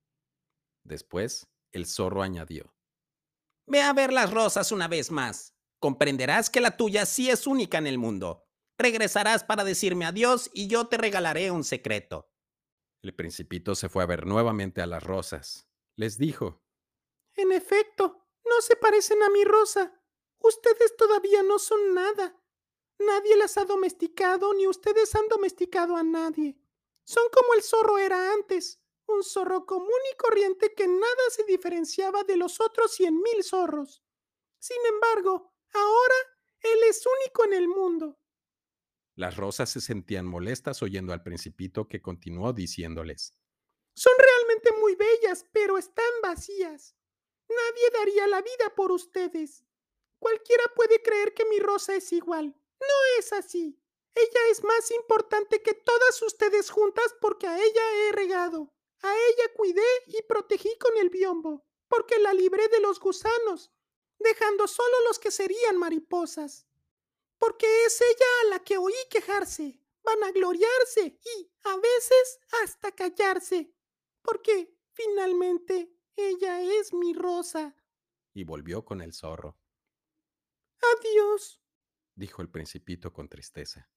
Después, el zorro añadió. Ve a ver las rosas una vez más. Comprenderás que la tuya sí es única en el mundo. Regresarás para decirme adiós y yo te regalaré un secreto. El principito se fue a ver nuevamente a las rosas. Les dijo. En efecto, no se parecen a mi rosa. Ustedes todavía no son nada. Nadie las ha domesticado, ni ustedes han domesticado a nadie. Son como el zorro era antes, un zorro común y corriente que nada se diferenciaba de los otros 100,000 zorros. Sin embargo, ahora él es único en el mundo. Las rosas se sentían molestas oyendo al principito que continuó diciéndoles. Son realmente muy bellas, pero están vacías. Nadie daría la vida por ustedes. Cualquiera puede creer que mi rosa es igual. No es así. Ella es más importante que todas ustedes juntas porque a ella he regado. A ella cuidé y protegí con el biombo, porque la libré de los gusanos, dejando solo los que serían mariposas. Porque es ella a la que oí quejarse, vanagloriarse y, a veces, hasta callarse. Porque, finalmente, ella es mi rosa. Y volvió con el zorro. Adiós, Dijo el principito con tristeza.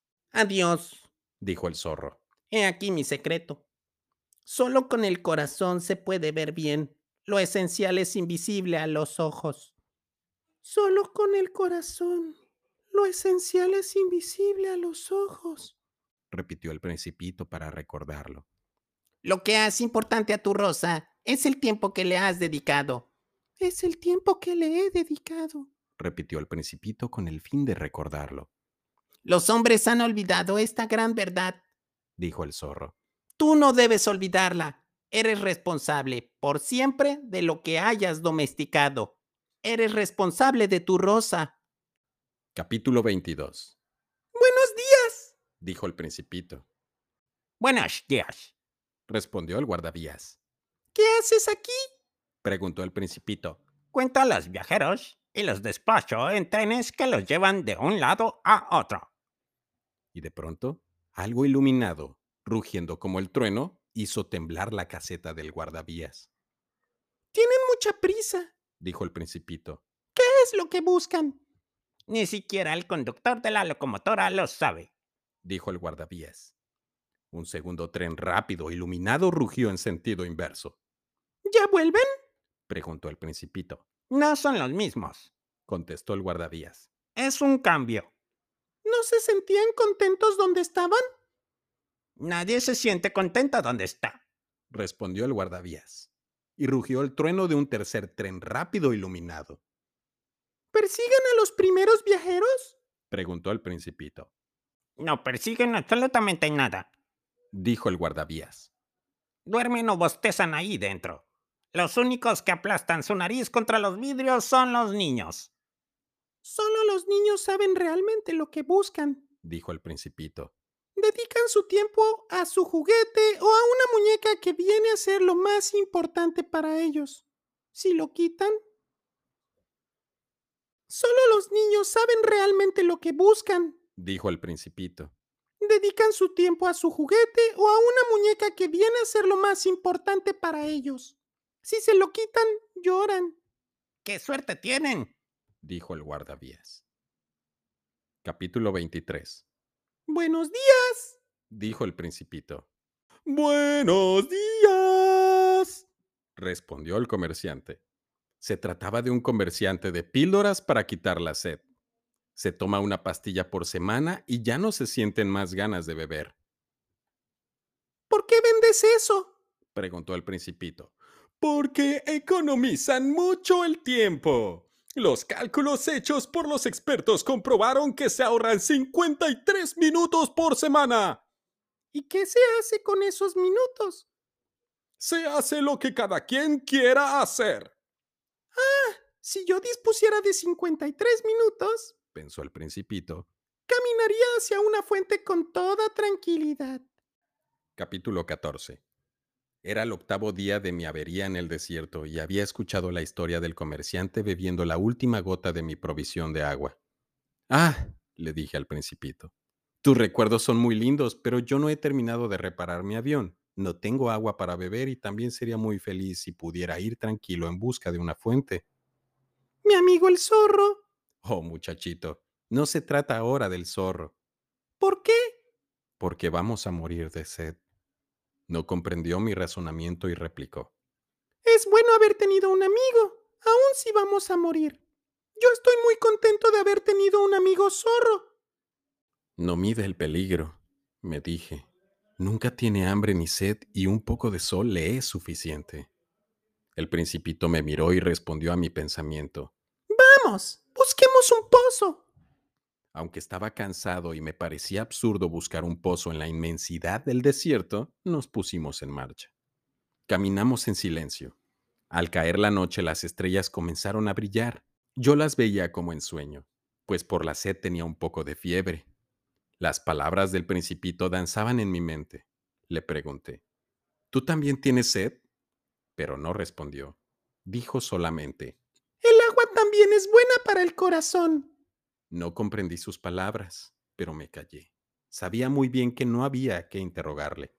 Adiós. Dijo el zorro. He aquí mi secreto. Solo con el corazón se puede ver bien. Lo esencial es invisible a los ojos. Solo con el corazón. Lo esencial es invisible a los ojos. Repitió el principito para recordarlo. Lo que hace importante a tu rosa es el tiempo que le has dedicado. Es el tiempo que le he dedicado. Repitió el principito con el fin de recordarlo. Los hombres han olvidado esta gran verdad. Dijo el zorro. Tú no debes olvidarla. Eres responsable por siempre de lo que hayas domesticado. Eres responsable de tu rosa. Capítulo 22. ¡Buenos días! Dijo el principito. Buenos días. Respondió el guardavías. ¿Qué haces aquí? Preguntó el principito. Cuento a los viajeros y los despacho en trenes que los llevan de un lado a otro. Y de pronto, algo iluminado, rugiendo como el trueno, hizo temblar la caseta del guardavías. Tienen mucha prisa. Dijo el principito. ¿Qué es lo que buscan? Ni siquiera el conductor de la locomotora lo sabe. Dijo el guardavías. Un segundo tren rápido, iluminado, rugió en sentido inverso. ¿Ya vuelven? Preguntó el principito. No son los mismos. Contestó el guardavías. Es un cambio. ¿No se sentían contentos donde estaban? Nadie se siente contento donde está. Respondió el guardavías. Y rugió el trueno de un tercer tren rápido, iluminado. ¿Persiguen a los primeros viajeros? Preguntó el principito. No persiguen absolutamente nada. Dijo el guardavías. Duermen o bostezan ahí dentro. Los únicos que aplastan su nariz contra los vidrios son los niños. Solo los niños saben realmente lo que buscan. Dijo el principito. Dedican su tiempo a su juguete o a una muñeca que viene a ser lo más importante para ellos. Si lo quitan, solo los niños saben realmente lo que buscan. Dijo el principito. Dedican su tiempo a su juguete o a una muñeca que viene a ser lo más importante para ellos. Si se lo quitan, lloran. ¡Qué suerte tienen! Dijo el guardavías. Capítulo 23. Buenos días. Dijo el principito. ¡Buenos días! Respondió el comerciante. Se trataba de un comerciante de píldoras para quitar la sed. Se toma una pastilla por semana y ya no se sienten más ganas de beber. ¿Por qué vendes eso? Preguntó el principito. Porque economizan mucho el tiempo. Los cálculos hechos por los expertos comprobaron que se ahorran 53 minutos por semana. ¿Y qué se hace con esos minutos? Se hace lo que cada quien quiera hacer. Si yo dispusiera de 53 minutos, Pensó el principito. caminaría hacia una fuente con toda tranquilidad. Capítulo 14. Era el octavo día de mi avería en el desierto y había escuchado la historia del comerciante bebiendo la última gota de mi provisión de agua. ¡Ah! le dije al principito. Tus recuerdos son muy lindos, pero yo no he terminado de reparar mi avión. No tengo agua para beber y también sería muy feliz si pudiera ir tranquilo en busca de una fuente. Mi amigo el zorro. Oh, muchachito, no se trata ahora del zorro, ¿Por qué? porque vamos a morir de sed. No comprendió mi razonamiento y replicó. Es bueno haber tenido un amigo, aun si vamos a morir. Yo estoy muy contento de haber tenido un amigo zorro. No mide el peligro, me dije. Nunca tiene hambre ni sed y un poco de sol le es suficiente. El principito me miró y respondió a mi pensamiento. Vamos, busquemos un pozo. Aunque estaba cansado y me parecía absurdo buscar un pozo en la inmensidad del desierto, nos pusimos en marcha. Caminamos en silencio. Al caer la noche las estrellas comenzaron a brillar. Yo las veía como en sueño, pues por la sed tenía un poco de fiebre. Las palabras del principito danzaban en mi mente. Le pregunté, ¿tú también tienes sed? Pero no respondió. Dijo solamente, El agua también es buena para el corazón. no comprendí sus palabras, pero me callé. Sabía muy bien que no había que interrogarle.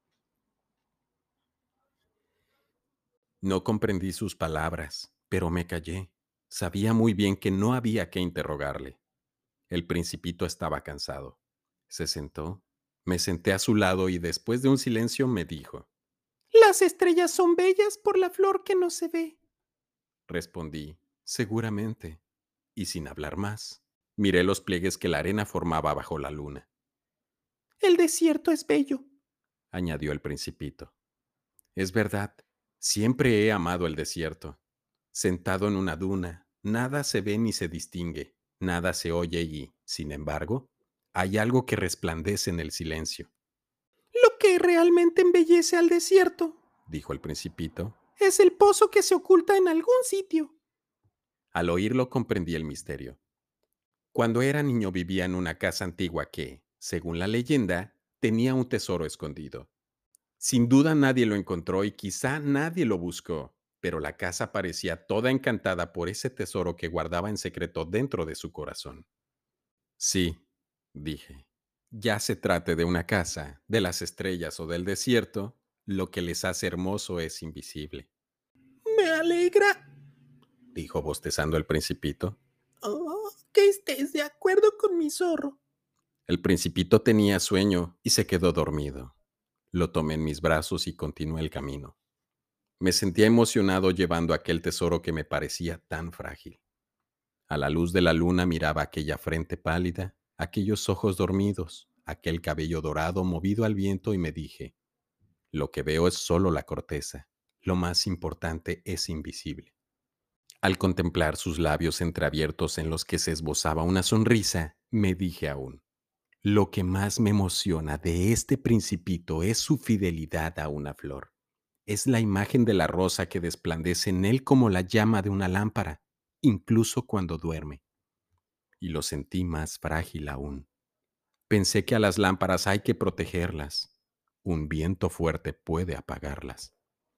No comprendí sus palabras, pero me callé. Sabía muy bien que no había que interrogarle. El principito estaba cansado. Se sentó. Me senté a su lado y después de un silencio me dijo. Las estrellas son bellas por la flor que no se ve. Respondí, seguramente. Y sin hablar más, miré los pliegues que la arena formaba bajo la luna. El desierto es bello. Añadió el principito. Es verdad, siempre he amado el desierto. Sentado en una duna, nada se ve ni se distingue, nada se oye y, sin embargo, hay algo que resplandece en el silencio, Lo que realmente embellece al desierto dijo el principito. es el pozo que se oculta en algún sitio. Al oírlo comprendí el misterio. Cuando era niño vivía en una casa antigua que, según la leyenda, tenía un tesoro escondido. Sin duda nadie lo encontró y quizá nadie lo buscó, pero la casa parecía toda encantada por ese tesoro que guardaba en secreto dentro de su corazón. Sí, dije, ya se trate de una casa, de las estrellas o del desierto, lo que les hace hermoso es invisible, Me alegra dijo bostezando el principito. que estés de acuerdo con mi zorro. El principito tenía sueño y se quedó dormido. Lo tomé en mis brazos y continué el camino. Me sentía emocionado llevando aquel tesoro que me parecía tan frágil. A la luz de la luna miraba aquella frente pálida, aquellos ojos dormidos, aquel cabello dorado movido al viento y me dije, lo que veo es solo la corteza, lo más importante es invisible. Al contemplar sus labios entreabiertos en los que se esbozaba una sonrisa, me dije aún, lo que más me emociona de este principito es su fidelidad a una flor. Es la imagen de la rosa que desplandece en él como la llama de una lámpara, incluso cuando duerme. Y lo sentí más frágil aún. Pensé que a las lámparas hay que protegerlas. Un viento fuerte puede apagarlas.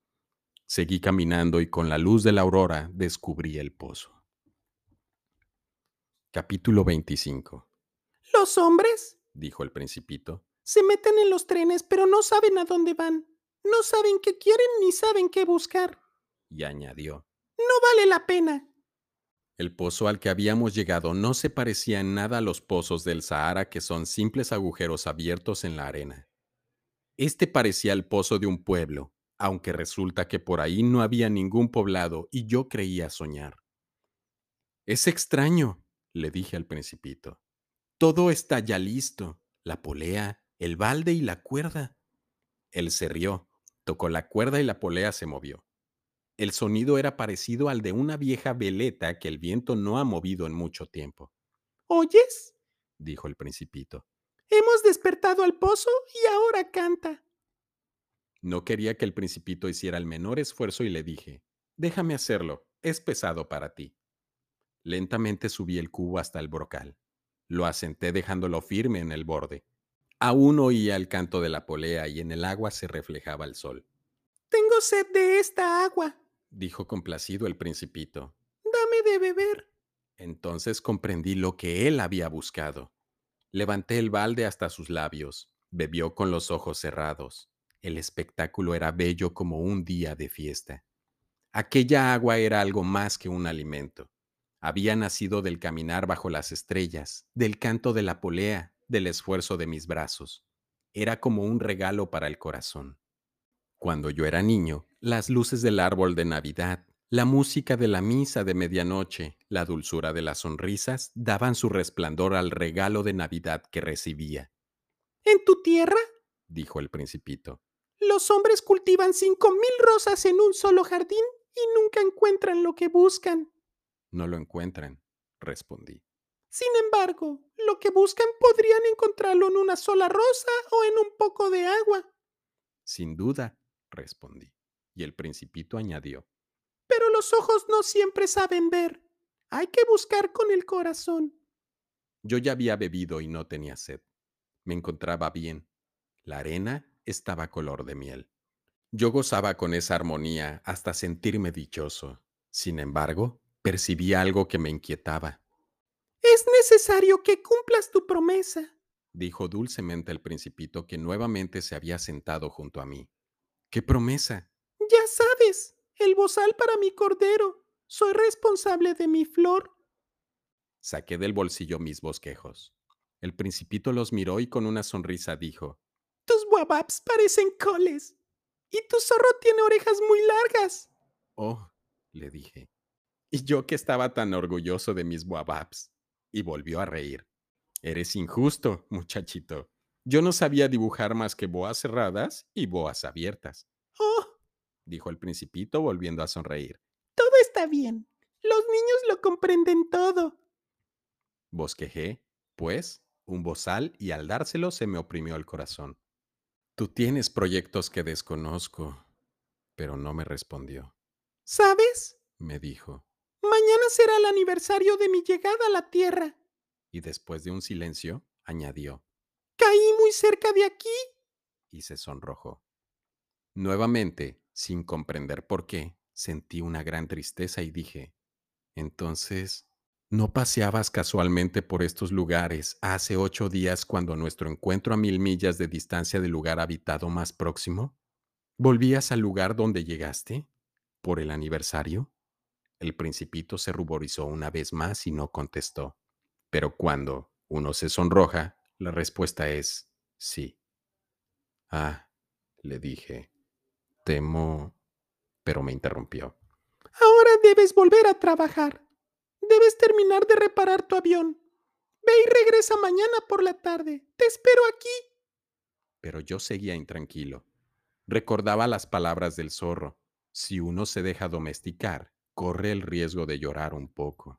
Seguí caminando y con la luz de la aurora descubrí el pozo. Capítulo 25. Los hombres Dijo el principito. se meten en los trenes pero no saben a dónde van. No saben qué quieren ni saben qué buscar. Y añadió. No vale la pena. El pozo al que habíamos llegado no se parecía en nada a los pozos del Sahara, que son simples agujeros abiertos en la arena. Este parecía el pozo de un pueblo, aunque resulta que por ahí no había ningún poblado y yo creía soñar. Es extraño, le dije al principito. Todo está ya listo, la polea, el balde y la cuerda. Él se rió, tocó la cuerda y la polea se movió. El sonido era parecido al de una vieja veleta que el viento no ha movido en mucho tiempo. ¿Oyes? Dijo el principito. Hemos despertado al pozo y ahora canta. No quería que el principito hiciera el menor esfuerzo y le dije, déjame hacerlo, es pesado para ti. Lentamente subí el cubo hasta el brocal. Lo asenté dejándolo firme en el borde. Aún oía el canto de la polea y en el agua se reflejaba el sol. Tengo sed de esta agua. Dijo complacido el principito. Dame de beber. Entonces comprendí lo que él había buscado. Levanté el balde hasta sus labios. Bebió con los ojos cerrados. El espectáculo era bello como un día de fiesta. Aquella agua era algo más que un alimento. Había nacido del caminar bajo las estrellas, del canto de la polea, del esfuerzo de mis brazos. Era como un regalo para el corazón. Cuando yo era niño, las luces del árbol de Navidad, la música de la misa de medianoche, la dulzura de las sonrisas daban su resplandor al regalo de Navidad que recibía, ¿En tu tierra? dijo el principito. Los hombres cultivan 5.000 rosas en un solo jardín y nunca encuentran lo que buscan. No lo encuentran, respondí. Sin embargo, lo que buscan podrían encontrarlo en una sola rosa o en un poco de agua. Sin duda, respondí. Y el principito añadió. Pero los ojos no siempre saben ver. Hay que buscar con el corazón. Yo ya había bebido y no tenía sed. Me encontraba bien. La arena estaba color de miel. Yo gozaba con esa armonía hasta sentirme dichoso. Sin embargo, percibí algo que me inquietaba, Es necesario que cumplas tu promesa. dijo dulcemente el principito que nuevamente se había sentado junto a mí. ¿Qué promesa? Ya sabes, el bozal para mi cordero. Soy responsable de mi flor. Saqué del bolsillo mis bosquejos. El principito los miró y con una sonrisa dijo, Tus guababs parecen coles. Y tu zorro tiene orejas muy largas. oh, le dije. Y yo que estaba tan orgulloso de mis boababs. Y volvió a reír. Eres injusto, muchachito. Yo no sabía dibujar más que boas cerradas y boas abiertas, Oh, dijo el principito volviendo a sonreír. todo está bien. Los niños lo comprenden todo. Bosquejé, pues, un bozal y al dárselo se me oprimió el corazón. Tú tienes proyectos que desconozco, pero no me respondió. ¿Sabes? Me dijo, Mañana será el aniversario de mi llegada a la Tierra. y después de un silencio, añadió, Caí muy cerca de aquí. y se sonrojó. Nuevamente, sin comprender por qué, sentí una gran tristeza y dije, entonces, ¿no paseabas casualmente por estos lugares hace 8 días cuando nuestro encuentro a 1000 millas de distancia del lugar habitado más próximo? ¿Volvías al lugar donde llegaste? ¿Por el aniversario? El principito se ruborizó una vez más y no contestó. Pero cuando uno se sonroja, la respuesta es sí. Ah, le dije, temo, pero me interrumpió. Ahora debes volver a trabajar. Debes terminar de reparar tu avión. Ve y regresa mañana por la tarde. Te espero aquí. Pero yo seguía intranquilo. Recordaba las palabras del zorro. Si uno se deja domesticar, corre el riesgo de llorar un poco.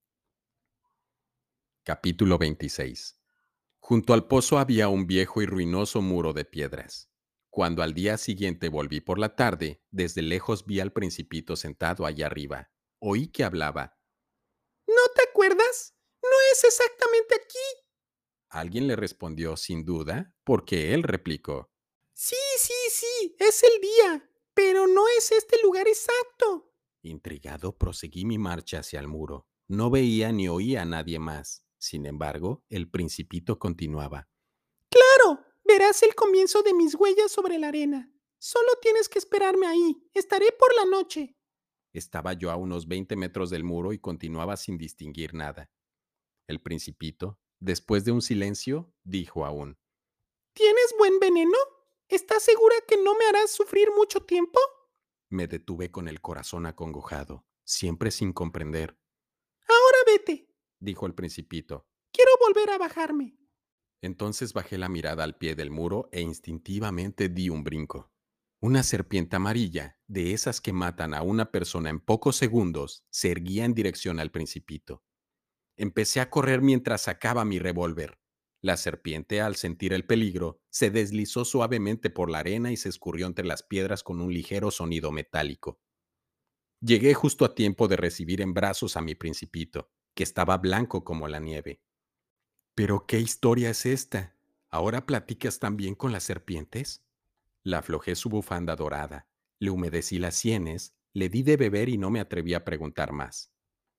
Capítulo 26. Junto al pozo había un viejo y ruinoso muro de piedras. Cuando al día siguiente volví por la tarde, desde lejos vi al principito sentado allá arriba. Oí que hablaba. ¿No te acuerdas? No es exactamente aquí. Alguien le respondió sin duda, porque él replicó. Sí, es el día. Pero no es este lugar exacto. Intrigado, proseguí mi marcha hacia el muro. No veía ni oía a nadie más. Sin embargo, el principito continuaba. Claro, verás el comienzo de mis huellas sobre la arena. Solo tienes que esperarme ahí. Estaré por la noche. Estaba yo a unos 20 metros del muro y continuaba sin distinguir nada. El principito, después de un silencio, dijo aún. ¿Tienes buen veneno? ¿Estás segura que no me harás sufrir mucho tiempo? Me detuve con el corazón acongojado, siempre sin comprender, Ahora vete. dijo el principito. Quiero volver a bajarme. Entonces bajé la mirada al pie del muro e instintivamente di un brinco. Una serpiente amarilla, de esas que matan a una persona en pocos segundos, se erguía en dirección al principito. Empecé a correr mientras sacaba mi revólver. La serpiente, al sentir el peligro, se deslizó suavemente por la arena y se escurrió entre las piedras con un ligero sonido metálico. Llegué justo a tiempo de recibir en brazos a mi principito, que estaba blanco como la nieve. ¿Pero qué historia es esta? ¿Ahora platicas también con las serpientes? Le aflojé su bufanda dorada, le humedecí las sienes, le di de beber y no me atreví a preguntar más.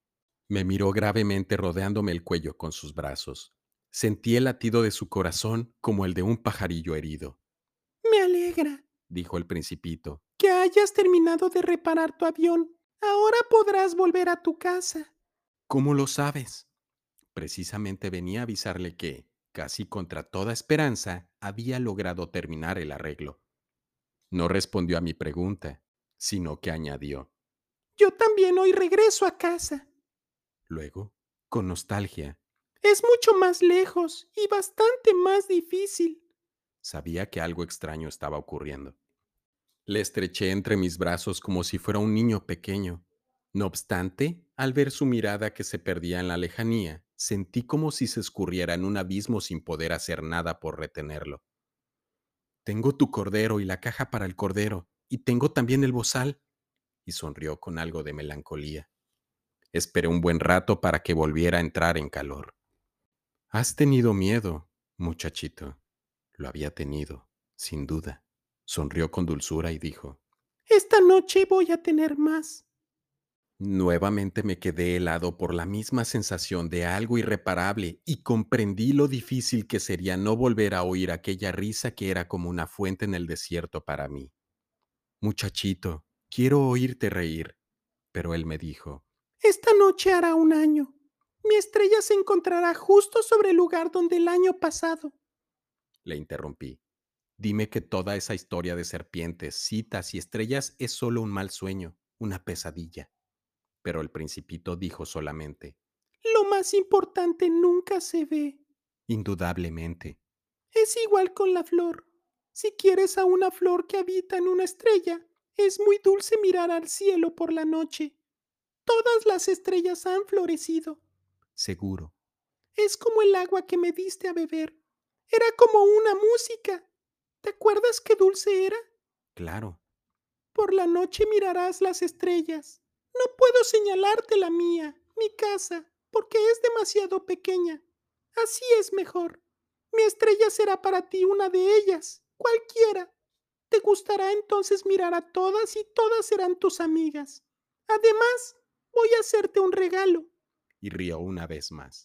Me miró gravemente rodeándome el cuello con sus brazos. Sentí el latido de su corazón como el de un pajarillo herido. Me alegra, Dijo el principito. que hayas terminado de reparar tu avión. Ahora podrás volver a tu casa. ¿Cómo lo sabes? Precisamente venía a avisarle que, casi contra toda esperanza, había logrado terminar el arreglo. No respondió a mi pregunta, sino que añadió. Yo también hoy regreso a casa. Luego, con nostalgia, Es mucho más lejos y bastante más difícil. sabía que algo extraño estaba ocurriendo. Le estreché entre mis brazos como si fuera un niño pequeño. No obstante, al ver su mirada que se perdía en la lejanía, sentí como si se escurriera en un abismo sin poder hacer nada por retenerlo. Tengo tu cordero y la caja para el cordero, y tengo también el bozal, y sonrió con algo de melancolía. Esperé un buen rato para que volviera a entrar en calor. Has tenido miedo, muchachito. Lo había tenido, sin duda. Sonrió con dulzura y dijo. Esta noche voy a tener más. Nuevamente me quedé helado por la misma sensación de algo irreparable y comprendí lo difícil que sería no volver a oír aquella risa que era como una fuente en el desierto para mí. Muchachito, quiero oírte reír. Pero él me dijo. Esta noche hará un año. Mi estrella se encontrará justo sobre el lugar donde el año pasado. Le interrumpí. Dime que toda esa historia de serpientes, citas y estrellas es solo un mal sueño, una pesadilla. Pero el principito dijo solamente. Lo más importante nunca se ve. Indudablemente. Es igual con la flor. Si quieres a una flor que habita en una estrella, es muy dulce mirar al cielo por la noche. Todas las estrellas han florecido. Seguro. Es como el agua que me diste a beber. Era como una música. ¿Te acuerdas qué dulce era? Claro. Por la noche mirarás las estrellas. No puedo señalarte la mía, mi casa, porque es demasiado pequeña. Así es mejor. Mi estrella será para ti una de ellas, cualquiera. Te gustará entonces mirar a todas y todas serán tus amigas. Además, voy a hacerte un regalo. Y rió una vez más.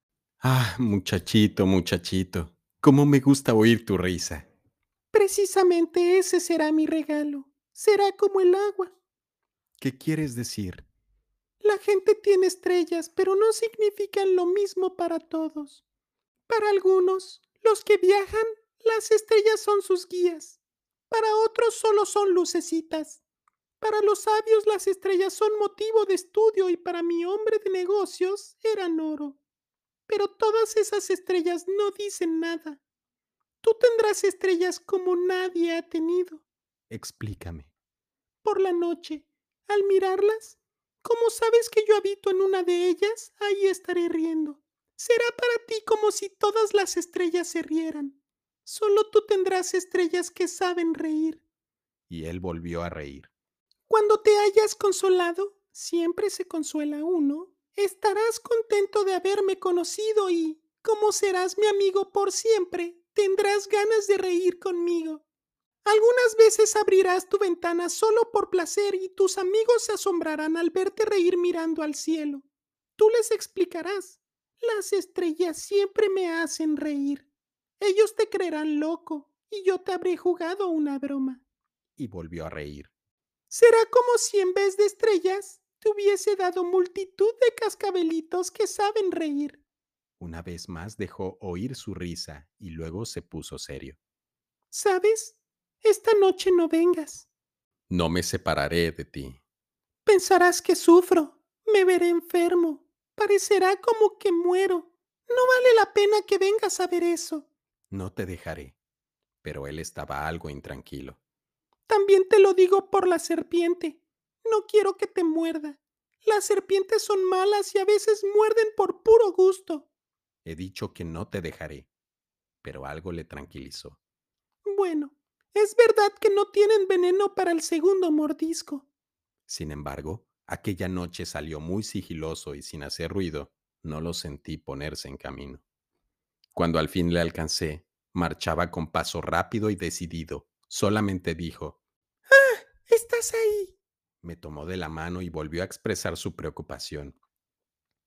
Ah, muchachito, muchachito, cómo me gusta oír tu risa. Precisamente ese será mi regalo. Será como el agua. ¿Qué quieres decir? La gente tiene estrellas, pero no significan lo mismo para todos. Para algunos, los que viajan, las estrellas son sus guías. Para otros solo son lucecitas. Para los sabios las estrellas son motivo de estudio y para mi hombre de negocios eran oro. Pero todas esas estrellas no dicen nada. Tú tendrás estrellas como nadie ha tenido. Explícame. Por la noche, al mirarlas, como sabes que yo habito en una de ellas, ahí estaré riendo. Será para ti como si todas las estrellas se rieran. Solo tú tendrás estrellas que saben reír. Y él volvió a reír. Cuando te hayas consolado, siempre se consuela uno, estarás contento de haberme conocido y, como serás mi amigo por siempre, tendrás ganas de reír conmigo. Algunas veces abrirás tu ventana solo por placer y tus amigos se asombrarán al verte reír mirando al cielo. Tú les explicarás. Las estrellas siempre me hacen reír. Ellos te creerán loco y yo te habré jugado una broma. Y volvió a reír. Será como si en vez de estrellas te hubiese dado multitud de cascabelitos que saben reír. Una vez más dejó oír su risa y luego se puso serio. ¿Sabes? Esta noche no vengas. No me separaré de ti. Pensarás que sufro, me veré enfermo, parecerá como que muero. No vale la pena que vengas a ver eso. No te dejaré. Pero él estaba algo intranquilo. También te lo digo por la serpiente. No quiero que te muerda. Las serpientes son malas y a veces muerden por puro gusto. He dicho que no te dejaré. Pero algo le tranquilizó. Bueno, es verdad que no tienen veneno para el segundo mordisco. Sin embargo, aquella noche salió muy sigiloso y sin hacer ruido. No lo sentí ponerse en camino. Cuando al fin le alcancé, marchaba con paso rápido y decidido. Solamente dijo. Estás ahí. Me tomó de la mano y volvió a expresar su preocupación.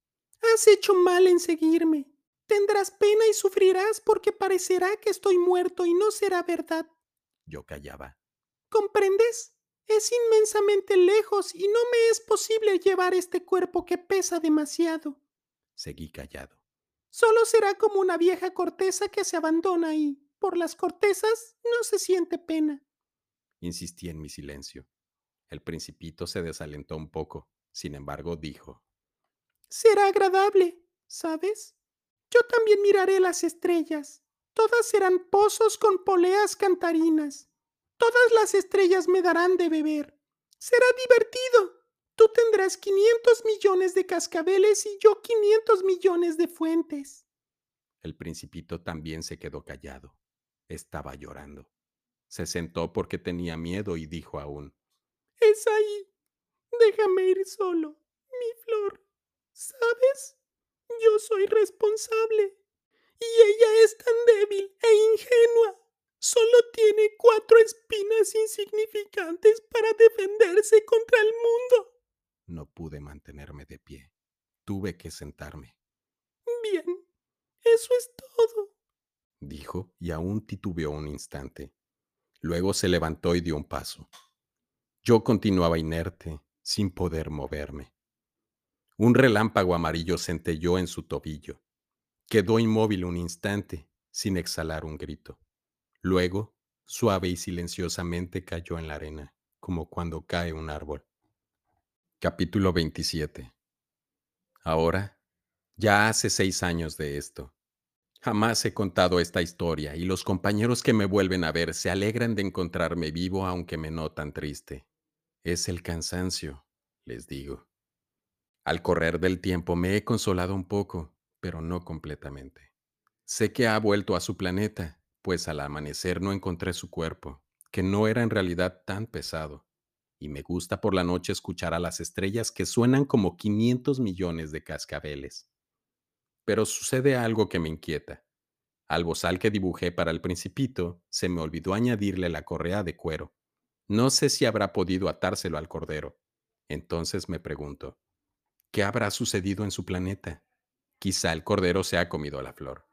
Has hecho mal en seguirme. Tendrás pena y sufrirás porque parecerá que estoy muerto y no será verdad. Yo callaba. ¿Comprendes? Es inmensamente lejos y no me es posible llevar este cuerpo que pesa demasiado. Seguí callado. Solo será como una vieja corteza que se abandona y, por las cortezas, no se siente pena. Insistí en mi silencio. El Principito se desalentó un poco. Sin embargo, dijo: Será agradable, ¿sabes? Yo también miraré las estrellas. Todas serán pozos con poleas cantarinas. Todas las estrellas me darán de beber. Será divertido. Tú tendrás 500 millones de cascabeles y yo 500 millones de fuentes. El Principito también se quedó callado. Estaba llorando. Se sentó porque tenía miedo y dijo aún: Es ahí. Déjame ir solo, mi flor. ¿Sabes? Yo soy responsable. Y ella es tan débil e ingenua. Solo tiene 4 espinas insignificantes para defenderse contra el mundo. No pude mantenerme de pie. Tuve que sentarme, Bien, eso es todo. dijo, y aún titubeó un instante. Luego se levantó y dio un paso. Yo continuaba inerte, sin poder moverme. Un relámpago amarillo centelló en su tobillo. Quedó inmóvil un instante, sin exhalar un grito. Luego, suave y silenciosamente cayó en la arena, como cuando cae un árbol. Capítulo 27. Ahora, ya hace 6 años de esto. Jamás he contado esta historia y los compañeros que me vuelven a ver se alegran de encontrarme vivo aunque me notan triste. Es el cansancio, les digo. Al correr del tiempo me he consolado un poco, pero no completamente. Sé que ha vuelto a su planeta, pues al amanecer no encontré su cuerpo, que no era en realidad tan pesado. Y me gusta por la noche escuchar a las estrellas que suenan como 500 millones de cascabeles. Pero sucede algo que me inquieta. Al bozal que dibujé para el Principito, se me olvidó añadirle la correa de cuero. No sé si habrá podido atárselo al cordero. Entonces me pregunto, ¿qué habrá sucedido en su planeta? Quizá el cordero se ha comido la flor.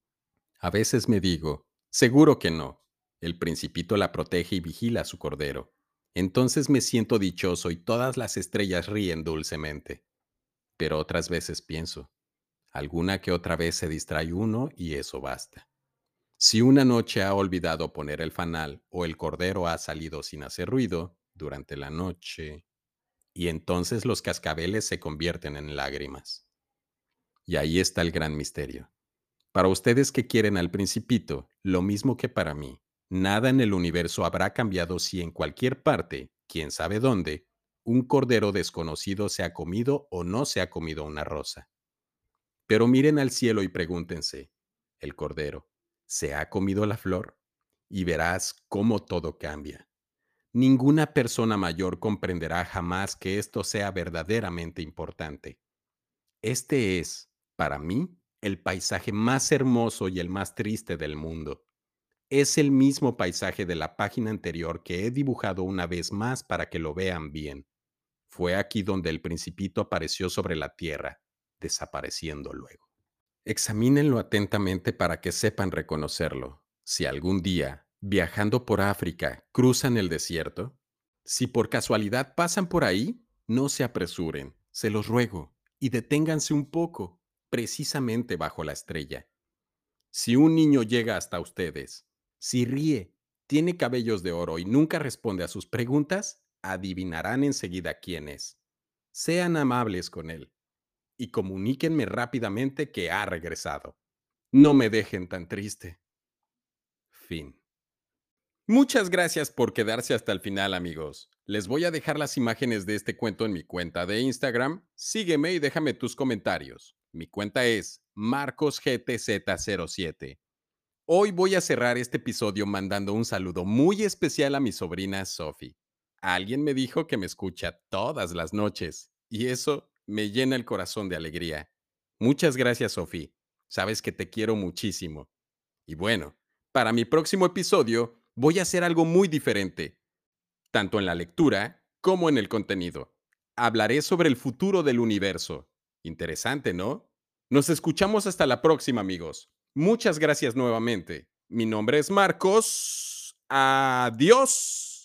A veces me digo, seguro que no. El Principito la protege y vigila a su cordero. Entonces me siento dichoso y todas las estrellas ríen dulcemente. Pero otras veces pienso, alguna que otra vez se distrae uno y eso basta. Si una noche ha olvidado poner el fanal o el cordero ha salido sin hacer ruido durante la noche, y entonces los cascabeles se convierten en lágrimas. Y ahí está el gran misterio. Para ustedes que quieren al Principito, lo mismo que para mí, nada en el universo habrá cambiado si en cualquier parte, quién sabe dónde, un cordero desconocido se ha comido o no se ha comido una rosa. Pero miren al cielo y pregúntense, el cordero, ¿se ha comido la flor? Y verás cómo todo cambia. Ninguna persona mayor comprenderá jamás que esto sea verdaderamente importante. Este es, para mí, el paisaje más hermoso y el más triste del mundo. Es el mismo paisaje de la página anterior que he dibujado una vez más para que lo vean bien. Fue aquí donde el Principito apareció sobre la tierra, desapareciendo luego. Examínenlo atentamente para que sepan reconocerlo. Si algún día, viajando por África, cruzan el desierto, si por casualidad pasan por ahí, no se apresuren, se los ruego, y deténganse un poco, precisamente bajo la estrella. Si un niño llega hasta ustedes, si ríe, tiene cabellos de oro y nunca responde a sus preguntas, adivinarán enseguida quién es. Sean amables con él y comuníquenme rápidamente que ha regresado. No me dejen tan triste. Fin. Muchas gracias por quedarse hasta el final, amigos. Les voy a dejar las imágenes de este cuento en mi cuenta de Instagram. Sígueme y déjame tus comentarios. Mi cuenta es MarcosGTZ07. Hoy voy a cerrar este episodio mandando un saludo muy especial a mi sobrina Sophie. Alguien me dijo que me escucha todas las noches y eso me llena el corazón de alegría. Muchas gracias, Sophie. Sabes que te quiero muchísimo. Y bueno, para mi próximo episodio voy a hacer algo muy diferente, tanto en la lectura como en el contenido. Hablaré sobre el futuro del universo. Interesante, ¿no? Nos escuchamos hasta la próxima, amigos. Muchas gracias nuevamente. Mi nombre es Marcos. Adiós.